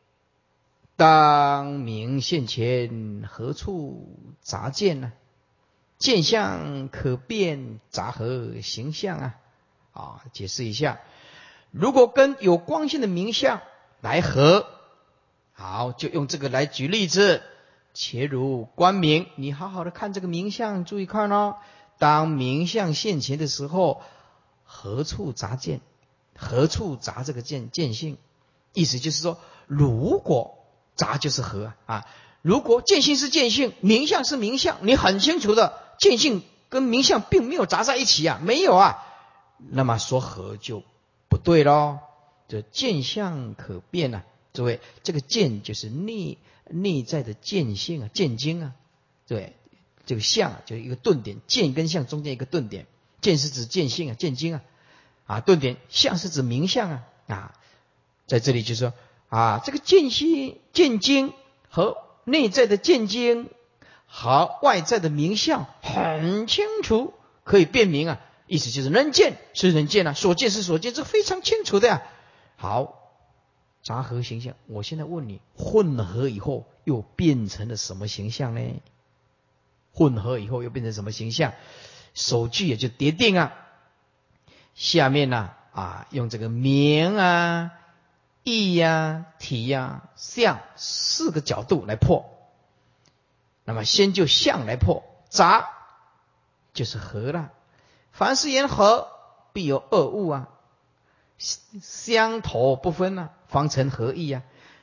S2: 当明现前，何处杂见呢？见相可变，杂合形象啊！啊，解释一下，如果跟有光线的明相来合，好，就用这个来举例子。切如观明，你好好的看这个明相，注意看哦。当明相现前的时候，何处杂见？何处杂这个见见性？意思就是说，如果杂就是合啊，如果见性是见性，明相是明相，你很清楚的，见性跟明相并没有杂在一起啊，没有啊，那么说合就不对咯。这见相可变啊，诸位，这个见就是内内在的见性啊，见经啊，对，这个相啊就是一个顿点，见跟相中间一个顿点，见是指见性啊，见经啊，啊顿点，相是指明相啊，啊，在这里就是说啊，这个见性见经和内在的见经和外在的明相很清楚，可以辨明啊，意思就是能见是能见啊，所见是所见，这非常清楚的呀、啊。好，杂合形象，我现在问你，混合以后又变成了什么形象呢？混合以后又变成什么形象？首句也就跌定啊。下面呢 啊, 啊，用这个明啊、义呀、啊、体呀、啊、相四个角度来破。那么先就相来破，杂就是合了。凡是言合，必有二物啊。相投不分啊，方成合意啊。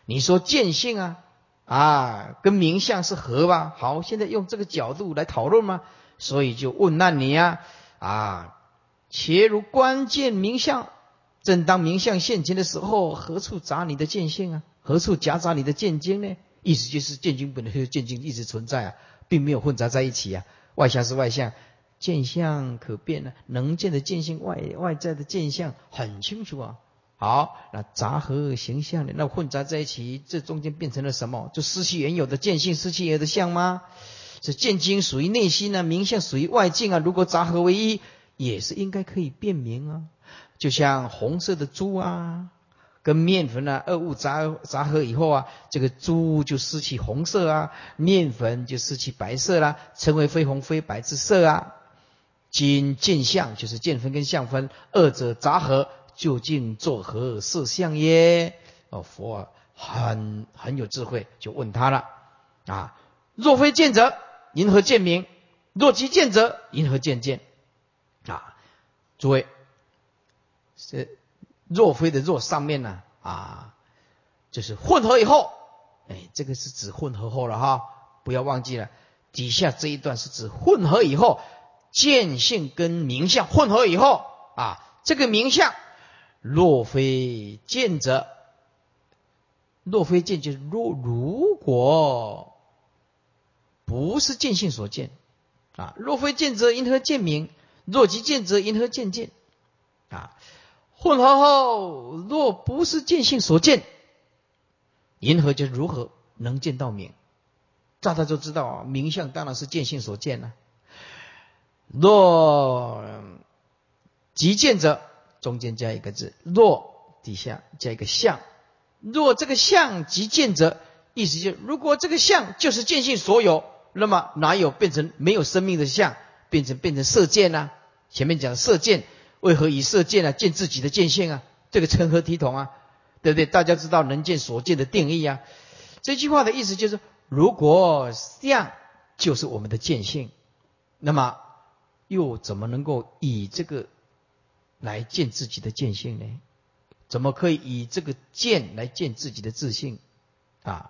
S2: 你说见性啊啊跟名相是合吧？好，现在用这个角度来讨论吗？所以就问难你啊啊，且如关键名相，正当名相现前的时候，何处杂你的见性啊？何处夹杂你的见经呢？意思就是见经本来就是见经一直存在啊，并没有混杂在一起啊。外相是外相，见相可变啊，能见的见性，外外在的见相很清楚啊。好，那杂合形象的，那混杂在一起，这中间变成了什么？就失去原有的见性，失去原有的相吗？这见经属于内心啊，名相属于外境啊。如果杂合为一，也是应该可以辨明啊。就像红色的猪啊，跟面粉啊二物杂杂合以后啊，这个猪就失去红色啊，面粉就失去白色啦，成为非红非白之色啊。今见相就是见分跟相分，二者杂合，究竟作何色相耶？哦，佛啊很很有智慧，就问他了啊。若非见者，因何见名？若即见者，因何见见？啊，诸位，是若非的若上面呢 啊, 啊，就是混合以后，哎，这个是指混合后了哈，不要忘记了，底下这一段是指混合以后，见性跟名相混合以后啊，这个名相若非见者，若非见就是若如果不是见性所见啊，若非见者，因何见名？若即见者，因何见见？啊，混合后若不是见性所见，因何就如何能见到名？大家就知道啊，名相当然是见性所见了、啊。若即见者，中间加一个字，若底下加一个相。若这个相即见者，意思就是，如果这个相就是见性所有，那么哪有变成没有生命的相，变成变成色见呢、啊？前面讲色见，为何以色见啊？见自己的见性啊，这个成何体统啊？对不对？大家知道能见所见的定义啊。这句话的意思就是，如果相就是我们的见性，那么又怎么能够以这个来见自己的见性呢？怎么可以以这个见来见自己的自性啊？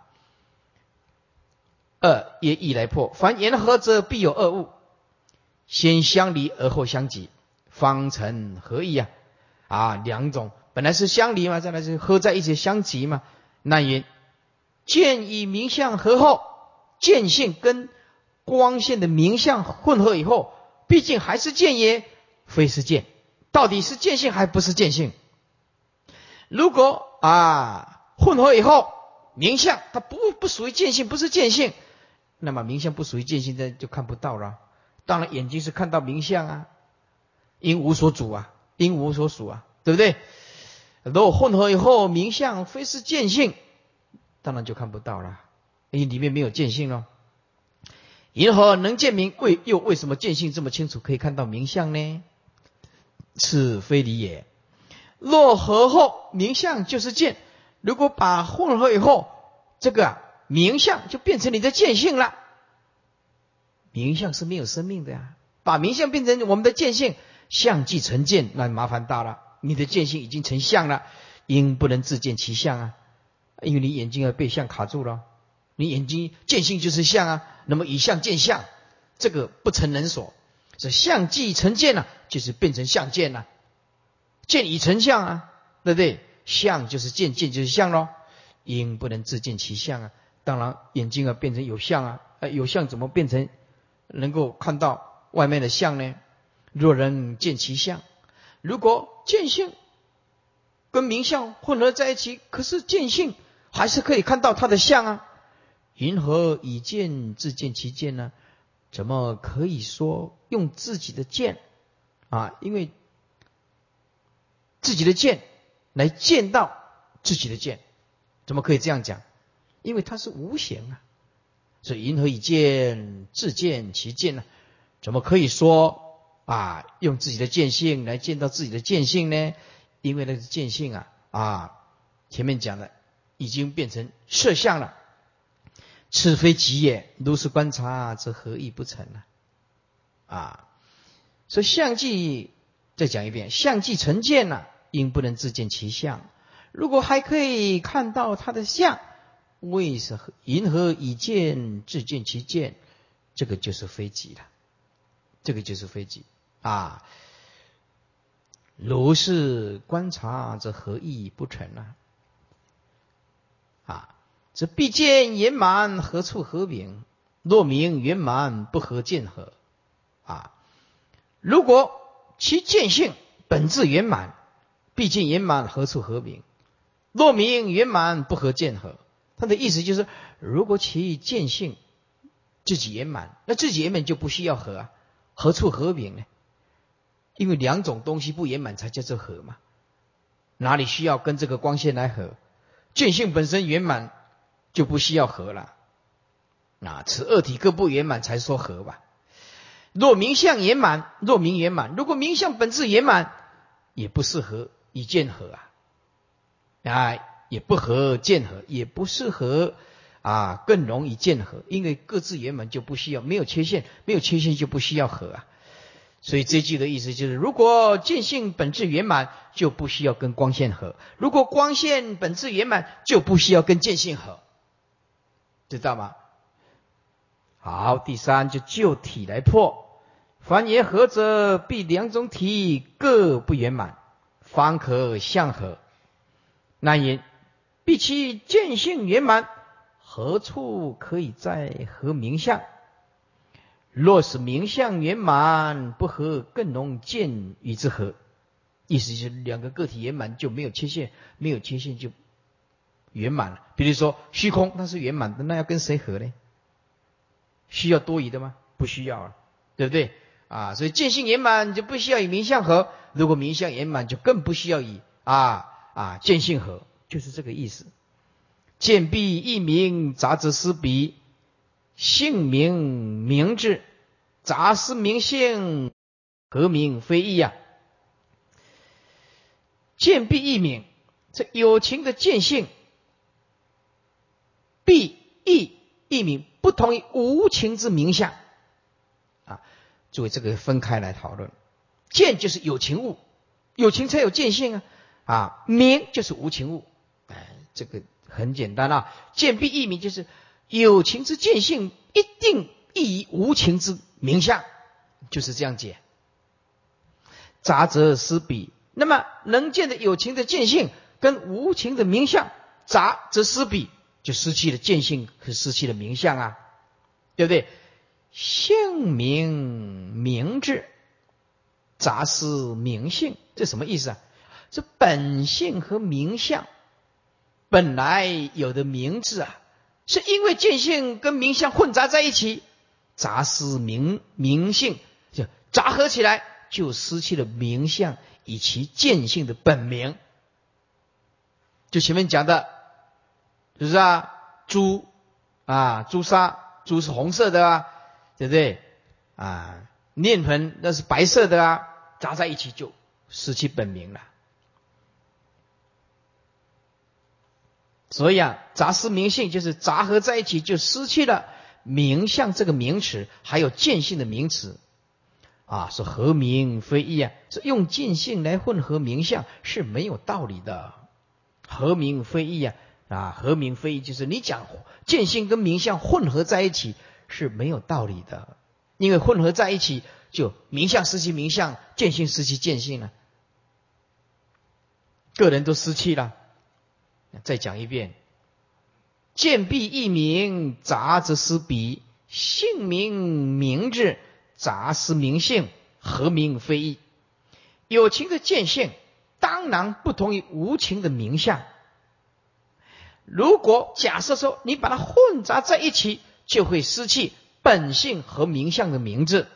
S2: 二业意来破，凡言合则必有二物，先相离而后相即，方成合一啊！啊，两种本来是相离嘛，再来是合在一起相即嘛。那云见与名相合后，见性跟光线的名相混合以后，毕竟还是见也，非是见。到底是见性还不是见性？如果啊混合以后，名相它不不属于见性，不是见性，那么名相不属于见性，那就看不到了。当然眼睛是看到名相啊，因无所主啊，因无所属啊，对不对？如果混合以后，名相非是见性，当然就看不到了，因为里面没有见性了。因何能见名？为又为什么见性这么清楚，可以看到名相呢？此非理也。若合后，名相就是见。如果把混合以后，这个啊名相就变成你的见性了。名相是没有生命的呀、啊，把名相变成我们的见性，相即成见，那麻烦大了。你的见性已经成相了，因不能自见其相啊，因为你眼睛要被相卡住了。你眼睛见性就是相啊，那么以相见相，这个不成人所。这相即成见了、啊，就是变成相见了、啊，见已成相啊，对不对？相就是见，见就是相咯，因不能自见其相啊。当然眼睛啊变成有相啊，呃有相怎么变成能够看到外面的相呢？若人见其相，如果见性跟名相混合在一起，可是见性还是可以看到它的相啊。云何以见自见其见呢？怎么可以说用自己的见啊？因为自己的见来见到自己的见，怎么可以这样讲？因为它是无形啊。所以云何以见自见其见呢？怎么可以说啊用自己的见性来见到自己的见性呢？因为那个见性啊啊前面讲的已经变成色相了。此非即也，如是观察则何以不成呢？啊，所以相即再讲一遍，相即成见了、啊，因不能自见其相。 如果还可以看到它的相，为什么银河以见自见其见？这个就是非即了，这个就是非即啊。如是观察，则何意不成呢？啊，这必见圆满，何处合名？若名圆满，不合见合。啊，如果其见性本质圆满，必见圆满，何处合名？若名圆满，不合见合。他的意思就是，如果其见性自己圆满，那自己圆满就不需要合啊，何处合名呢？因为两种东西不圆满才叫做合嘛，哪里需要跟这个光线来合？见性本身圆满，就不需要合了。啊，此二体各不圆满才说合吧。若名相圆满，若名圆满，如果名相本质圆满，也不适合以见合啊，啊，也不合见合，也不适合啊，更容易见合，因为各自圆满就不需要，没有缺陷，没有缺陷就不需要合啊。所以这句的意思就是，如果见性本质圆满，就不需要跟光线合；如果光线本质圆满，就不需要跟见性合，知道吗？好，第三就就体来破。凡言合者，必两种体各不圆满，方可相合。难言必其见性圆满，何处可以再合名相？若是名相圆满，不合更容见与之合。意思就是两个个体圆满就没有缺陷，没有缺陷就圆满了。比如说虚空它是圆满的，那要跟谁合呢？需要多余的吗？不需要了，对不对啊？所以见性圆满就不需要与名相合，如果名相圆满就更不需要以啊啊见性合，就是这个意思。见必异名，杂则失彼。性名名质，杂失名性，合名非异啊。见必异名，这有情的见性必异异名，不同于无情之名相啊。诸位，这个分开来讨论。见就是有情物，有情才有见性啊啊，名就是无情物，哎，这个很简单啊。见必异名就是有情之见性一定异于无情之名相，就是这样解。杂则失彼，那么能见的有情的见性跟无情的名相，杂则失彼，就失去了见性和失去了名相啊，对不对？性名名质，杂失名性，这什么意思啊？这本性和名相本来有的名字啊，是因为见性跟名相混杂在一起，杂失名名性，就杂合起来，就失去了名相以其见性的本名。就前面讲的，就是啊，朱啊，朱砂，朱是红色的啊，对不对啊？面盆那是白色的啊，杂在一起就失去本名了。所以啊，杂失名性就是杂合在一起就失去了名相这个名词，还有见性的名词啊，说合名非异啊，是用见性来混合名相是没有道理的。合名非异啊，啊，合名非异就是你讲见性跟名相混合在一起是没有道理的，因为混合在一起就名相失去名相，见性失去见性了，个人都失去了。再讲一遍，见必异名，杂则失彼。性名名质，杂失名性，合名非异。有情的见性当然不同于无情的名相。如果假设说你把它混杂在一起，就会失去本性和名相的名字。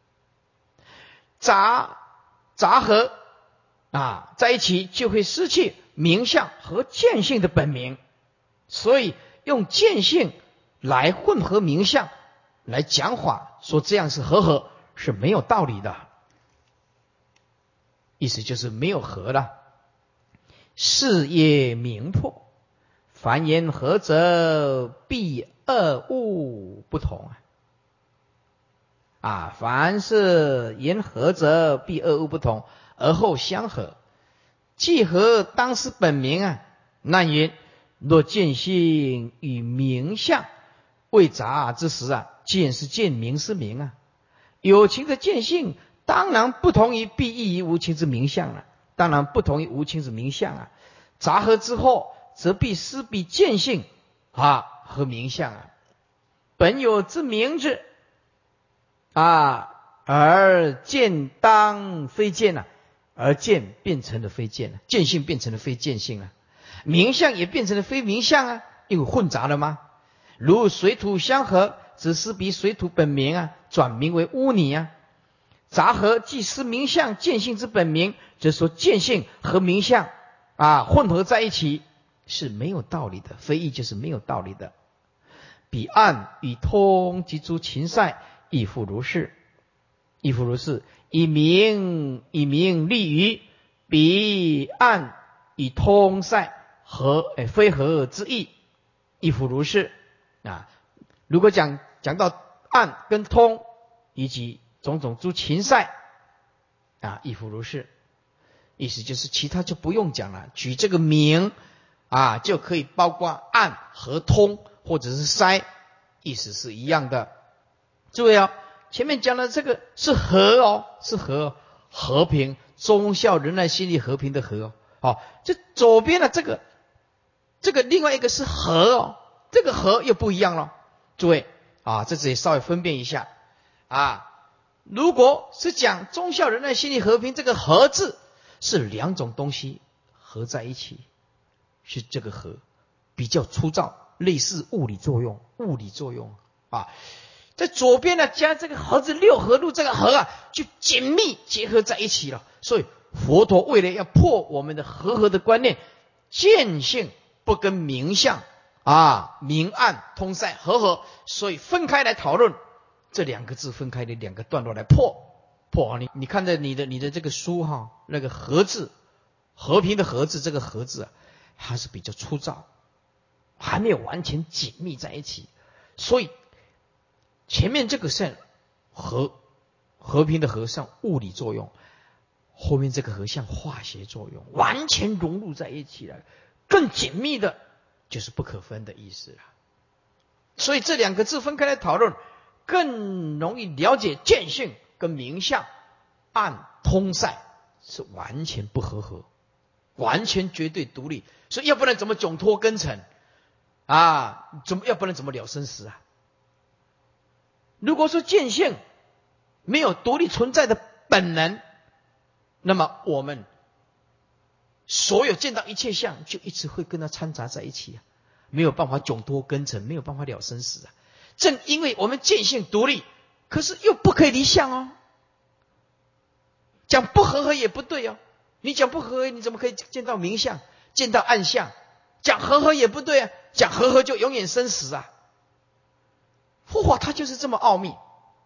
S2: 杂杂合啊在一起，就会失去名相和见性的本名。所以用见性来混合名相来讲法，说这样是合合是没有道理的，意思就是没有合了。是也名破，凡言合则必二物不同啊！啊，凡是言合则必二物不同，而后相合。既合当失本名啊， 难云：若见性与名相未杂之时啊，见是见，名是名啊。有情的见性，当然不同于必异于无情之名相了、啊，当然不同于无情之名相啊。杂合之后，则必失彼见性啊和名相啊。本有之名字啊，而见当非见啊，而见变成了非见了、啊，见性变成了非见性了、啊，名相也变成了非名相啊，因为混杂了吗？如水土相合，只失彼水土本名啊，转名为污泥啊。杂合既失名相见性之本名，则说见性和名相啊混合在一起是没有道理的，非义就是没有道理的。彼暗与通及诸禽赛亦复如是，亦复如是。以名以名立于彼暗与通赛和诶非合之意，亦复如是啊。如果讲讲到暗跟通以及种种诸禽赛啊，亦复如是。意思就是其他就不用讲了，举这个名啊就可以包括暗和通或者是塞，意思是一样的。注意哦，前面讲的这个是和哦，是和和平，忠孝仁爱心理和平的和哦。好，这左边的这个这个另外一个是和哦，这个和又不一样了。诸位啊，这里稍微分辨一下啊。如果是讲忠孝仁爱心理和平，这个和字是两种东西合在一起，是这个和比较粗糙，类似物理作用，物理作用啊。在左边呢加这个和字六合路，这个和啊就紧密结合在一起了。所以佛陀为了要破我们的和合的观念，见性不跟名相啊明暗通塞和合，所以分开来讨论，这两个字分开的两个段落来破破。你你看着你的你的这个书哈，那个和字和平的和字，这个和字啊还是比较粗糙，还没有完全紧密在一起，所以前面这个是和和平的和像物理作用，后面这个和像化学作用，完全融入在一起了，更紧密的就是不可分的意思了。所以这两个字分开来讨论，更容易了解见性跟名相暗通塞是完全不合合，完全绝对独立。所以要不然怎么迥脱根尘啊？怎么要不然怎么了生死啊？如果说见性没有独立存在的本能，那么我们所有见到一切相就一直会跟它掺杂在一起啊，没有办法迥脱根尘，没有办法了生死啊。正因为我们见性独立，可是又不可以离相哦。讲不合合也不对哦，你讲不合合，你怎么可以见到明相，见到暗相？讲合合也不对啊，讲合合就永远生死啊。佛法它就是这么奥秘，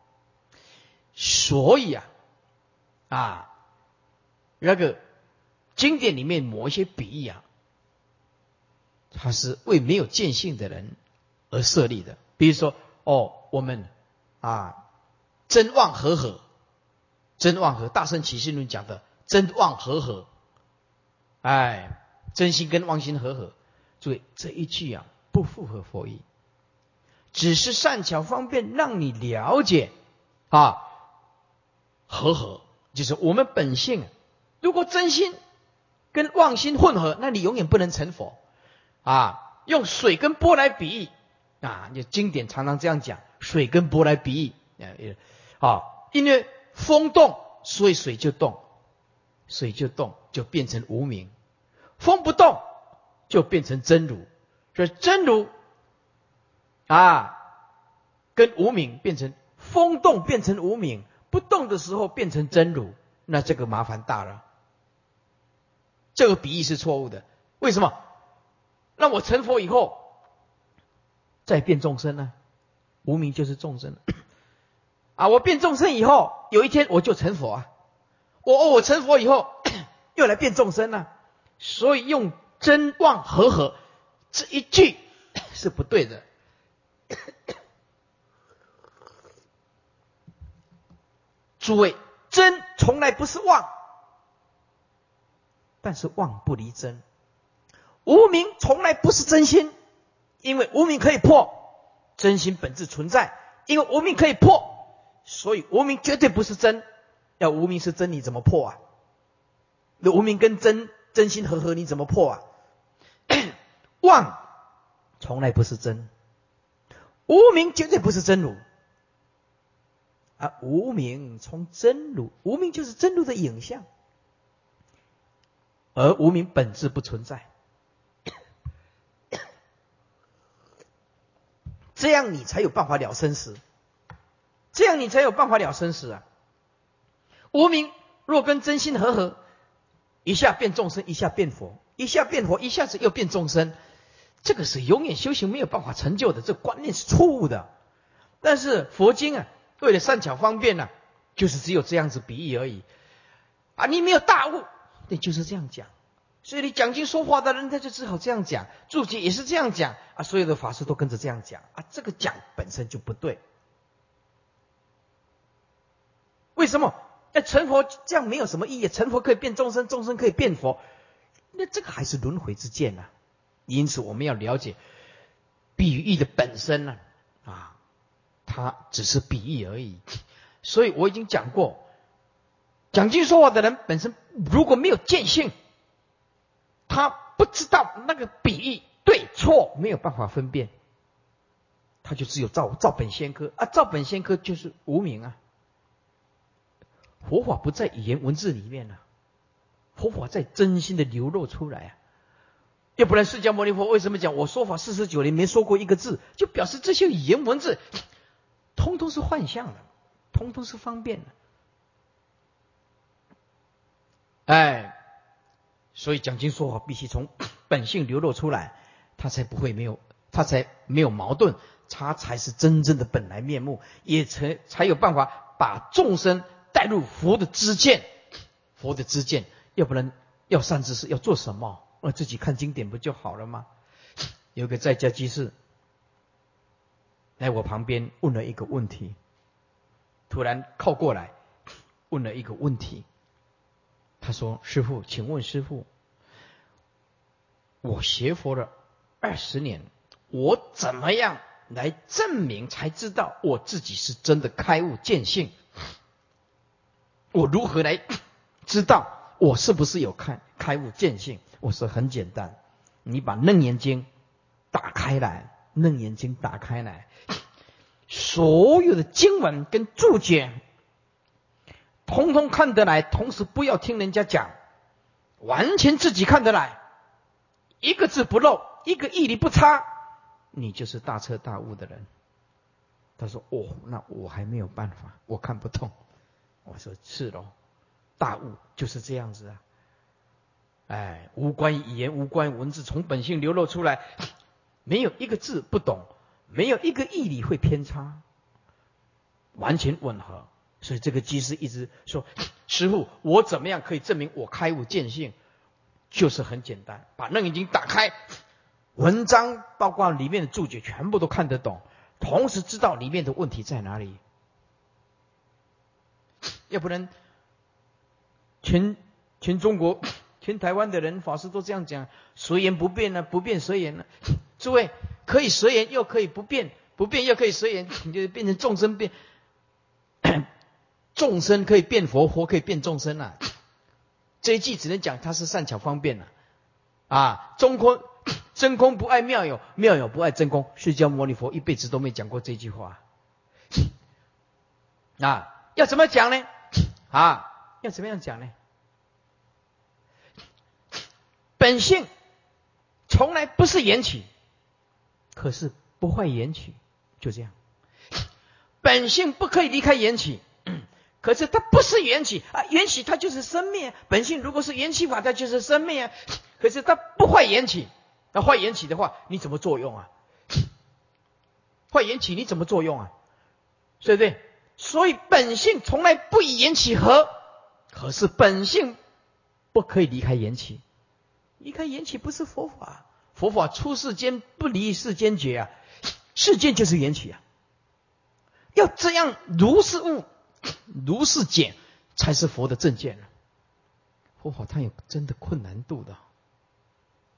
S2: 所以啊啊，那个经典里面某一些比喻啊，它是为没有见性的人而设立的。比如说哦，我们啊真妄合合，真妄合，大乘起信论讲的真妄合合，哎，真心跟妄心合合。注意这一句啊不符合佛意，只是善巧方便让你了解啊和合，就是我们本性如果真心跟妄心混合，那你永远不能成佛啊。用水跟波来比喻啊，就经典常常这样讲，水跟波来比喻啊，因为风动所以水就动，水就动就变成无明，风不动就变成真如，所以真如啊跟无明变成风动变成无明，不动的时候变成真如，那这个麻烦大了，这个比喻是错误的。为什么？那我成佛以后再变众生呢？无明就是众生啊！我变众生以后，有一天我就成佛啊！我我成佛以后又来变众生啊！所以用真妄合合这一句是不对的。诸位，真从来不是妄，但是妄不离真。 无明从来不是真心，因为无明可以破，真心本质存在，因为无明可以破，所以无明绝对不是真。要无明是真，你怎么破啊？那无明跟真真心合合，你怎么破啊？妄从来不是真，无明绝对不是真如啊！无明从真如，无明就是真如的影像，而无明本质不存在。这样你才有办法了生死，这样你才有办法了生死啊！无明若跟真心合合，一下变众生，一下变佛，一下变佛，一下子又变众生，这个是永远修行没有办法成就的，这个观念是错误的。但是佛经啊，为了善巧方便啊，就是只有这样子比喻而已啊！你没有大悟，那就是这样讲。所以你讲经说法的人，他就只好这样讲，注解也是这样讲啊，所有的法师都跟着这样讲啊，这个讲本身就不对。为什么？那成佛这样没有什么意义，成佛可以变众生，众生可以变佛，那这个还是轮回之见啊。因此我们要了解比喻的本身呢，啊，它只是比喻而已。所以我已经讲过，讲经说法的人本身如果没有见性，他不知道那个比喻对错，没有办法分辨，他就只有照照本宣科啊，照本宣科就是无明啊。佛法不在语言文字里面啊，佛法在真心的流露出来啊。要不然释迦牟尼佛为什么讲我说法四十九年没说过一个字，就表示这些语言文字通通是幻象的，通通是方便的。哎，所以讲经说法必须从本性流露出来，它才不会没有，它才没有矛盾，它才是真正的本来面目，也才才有办法把众生带入佛的知见，佛的知见，要不然要善知识要做什么？我自己看经典不就好了吗？有个在家居士来我旁边问了一个问题，突然靠过来问了一个问题，他说：“师父，请问师父，我学佛了二十年，我怎么样来证明才知道我自己是真的开悟见性？我如何来知道我是不是有开开悟见性？”我说很简单，你把楞严经打开来，楞严经打开来，所有的经文跟注解通通看得来，同时不要听人家讲，完全自己看得来，一个字不漏，一个义理不差，你就是大彻大悟的人。他说：“哦，那我还没有办法，我看不通。”我说：“是咯，大悟就是这样子啊。哎，无关语言，无关文字，从本性流露出来，没有一个字不懂，没有一个义理会偏差，完全吻合。所以这个居士一直说：师父，我怎么样可以证明我开悟见性？就是很简单，把楞严经打开，文章包括里面的注解全部都看得懂，同时知道里面的问题在哪里。要不然全全中国全台湾的人法师都这样讲，随缘不变呢、啊，不变随缘呢、啊。诸位可以随缘，又可以不变，不变又可以随缘，你就变成众生变，众生可以变佛，佛可以变众生啊。这一句只能讲它是善巧方便了、啊。啊，中空真空不爱妙有，妙有不爱真空。释迦牟尼佛一辈子都没讲过这句话。啊，要怎么讲呢？啊，要怎么样讲呢？本性从来不是缘起，可是不坏缘起，就这样。本性不可以离开缘起，可是它不是缘起啊，缘起它就是生灭。本性如果是缘起法，它就是生灭啊。可是它不坏缘起，那坏缘起的话，你怎么作用啊？坏缘起你怎么作用啊？对不对？所以本性从来不以缘起合，可是本性不可以离开缘起。离开缘起不是佛法，佛法出世间不离世间觉啊，世间就是缘起啊。要这样如是悟，如是解，才是佛的正见。佛法它有真的困难度的，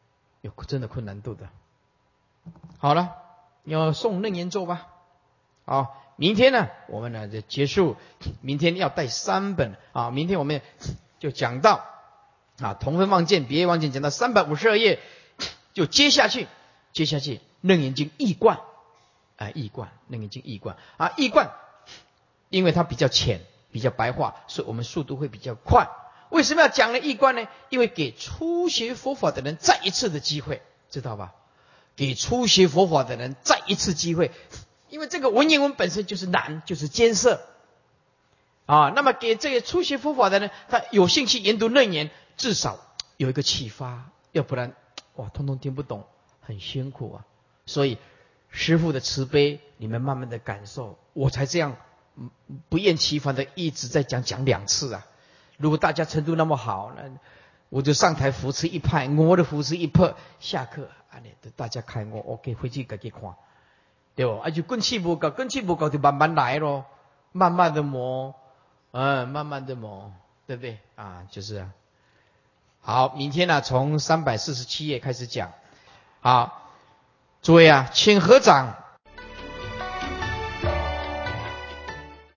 S2: 有真的困难度的。好了，要诵楞严咒吧。好，明天呢，我们呢就结束。明天要带三本啊，明天我们就讲到啊同分望见、别业望见，讲到三百五十二页，就接下去，接下去楞严经义观，哎，义观，楞严经义观啊，义观，因为它比较浅，比较白话，所以我们速度会比较快。为什么要讲了义观呢？因为给初学佛法的人再一次的机会，知道吧？给初学佛法的人再一次机会。因为这个文言文本身就是难，就是艰涩啊。那么给这个初学佛法的人，他有兴趣研读楞严，至少有一个启发，要不然哇，通通听不懂，很辛苦啊。所以师父的慈悲，你们慢慢的感受，我才这样不厌其烦的一直在讲，讲两次啊。如果大家程度那么好，那我就上台扶持一派，我的扶持一派，下课啊，大家看我 ，OK， 回去自己看。对不？啊，就根气不够，根气不够就慢慢来咯，慢慢的磨，嗯，慢慢的磨，对不对？啊，就是啊。好，明天呢、啊，从三百四十七页开始讲。好，诸位啊，请合掌。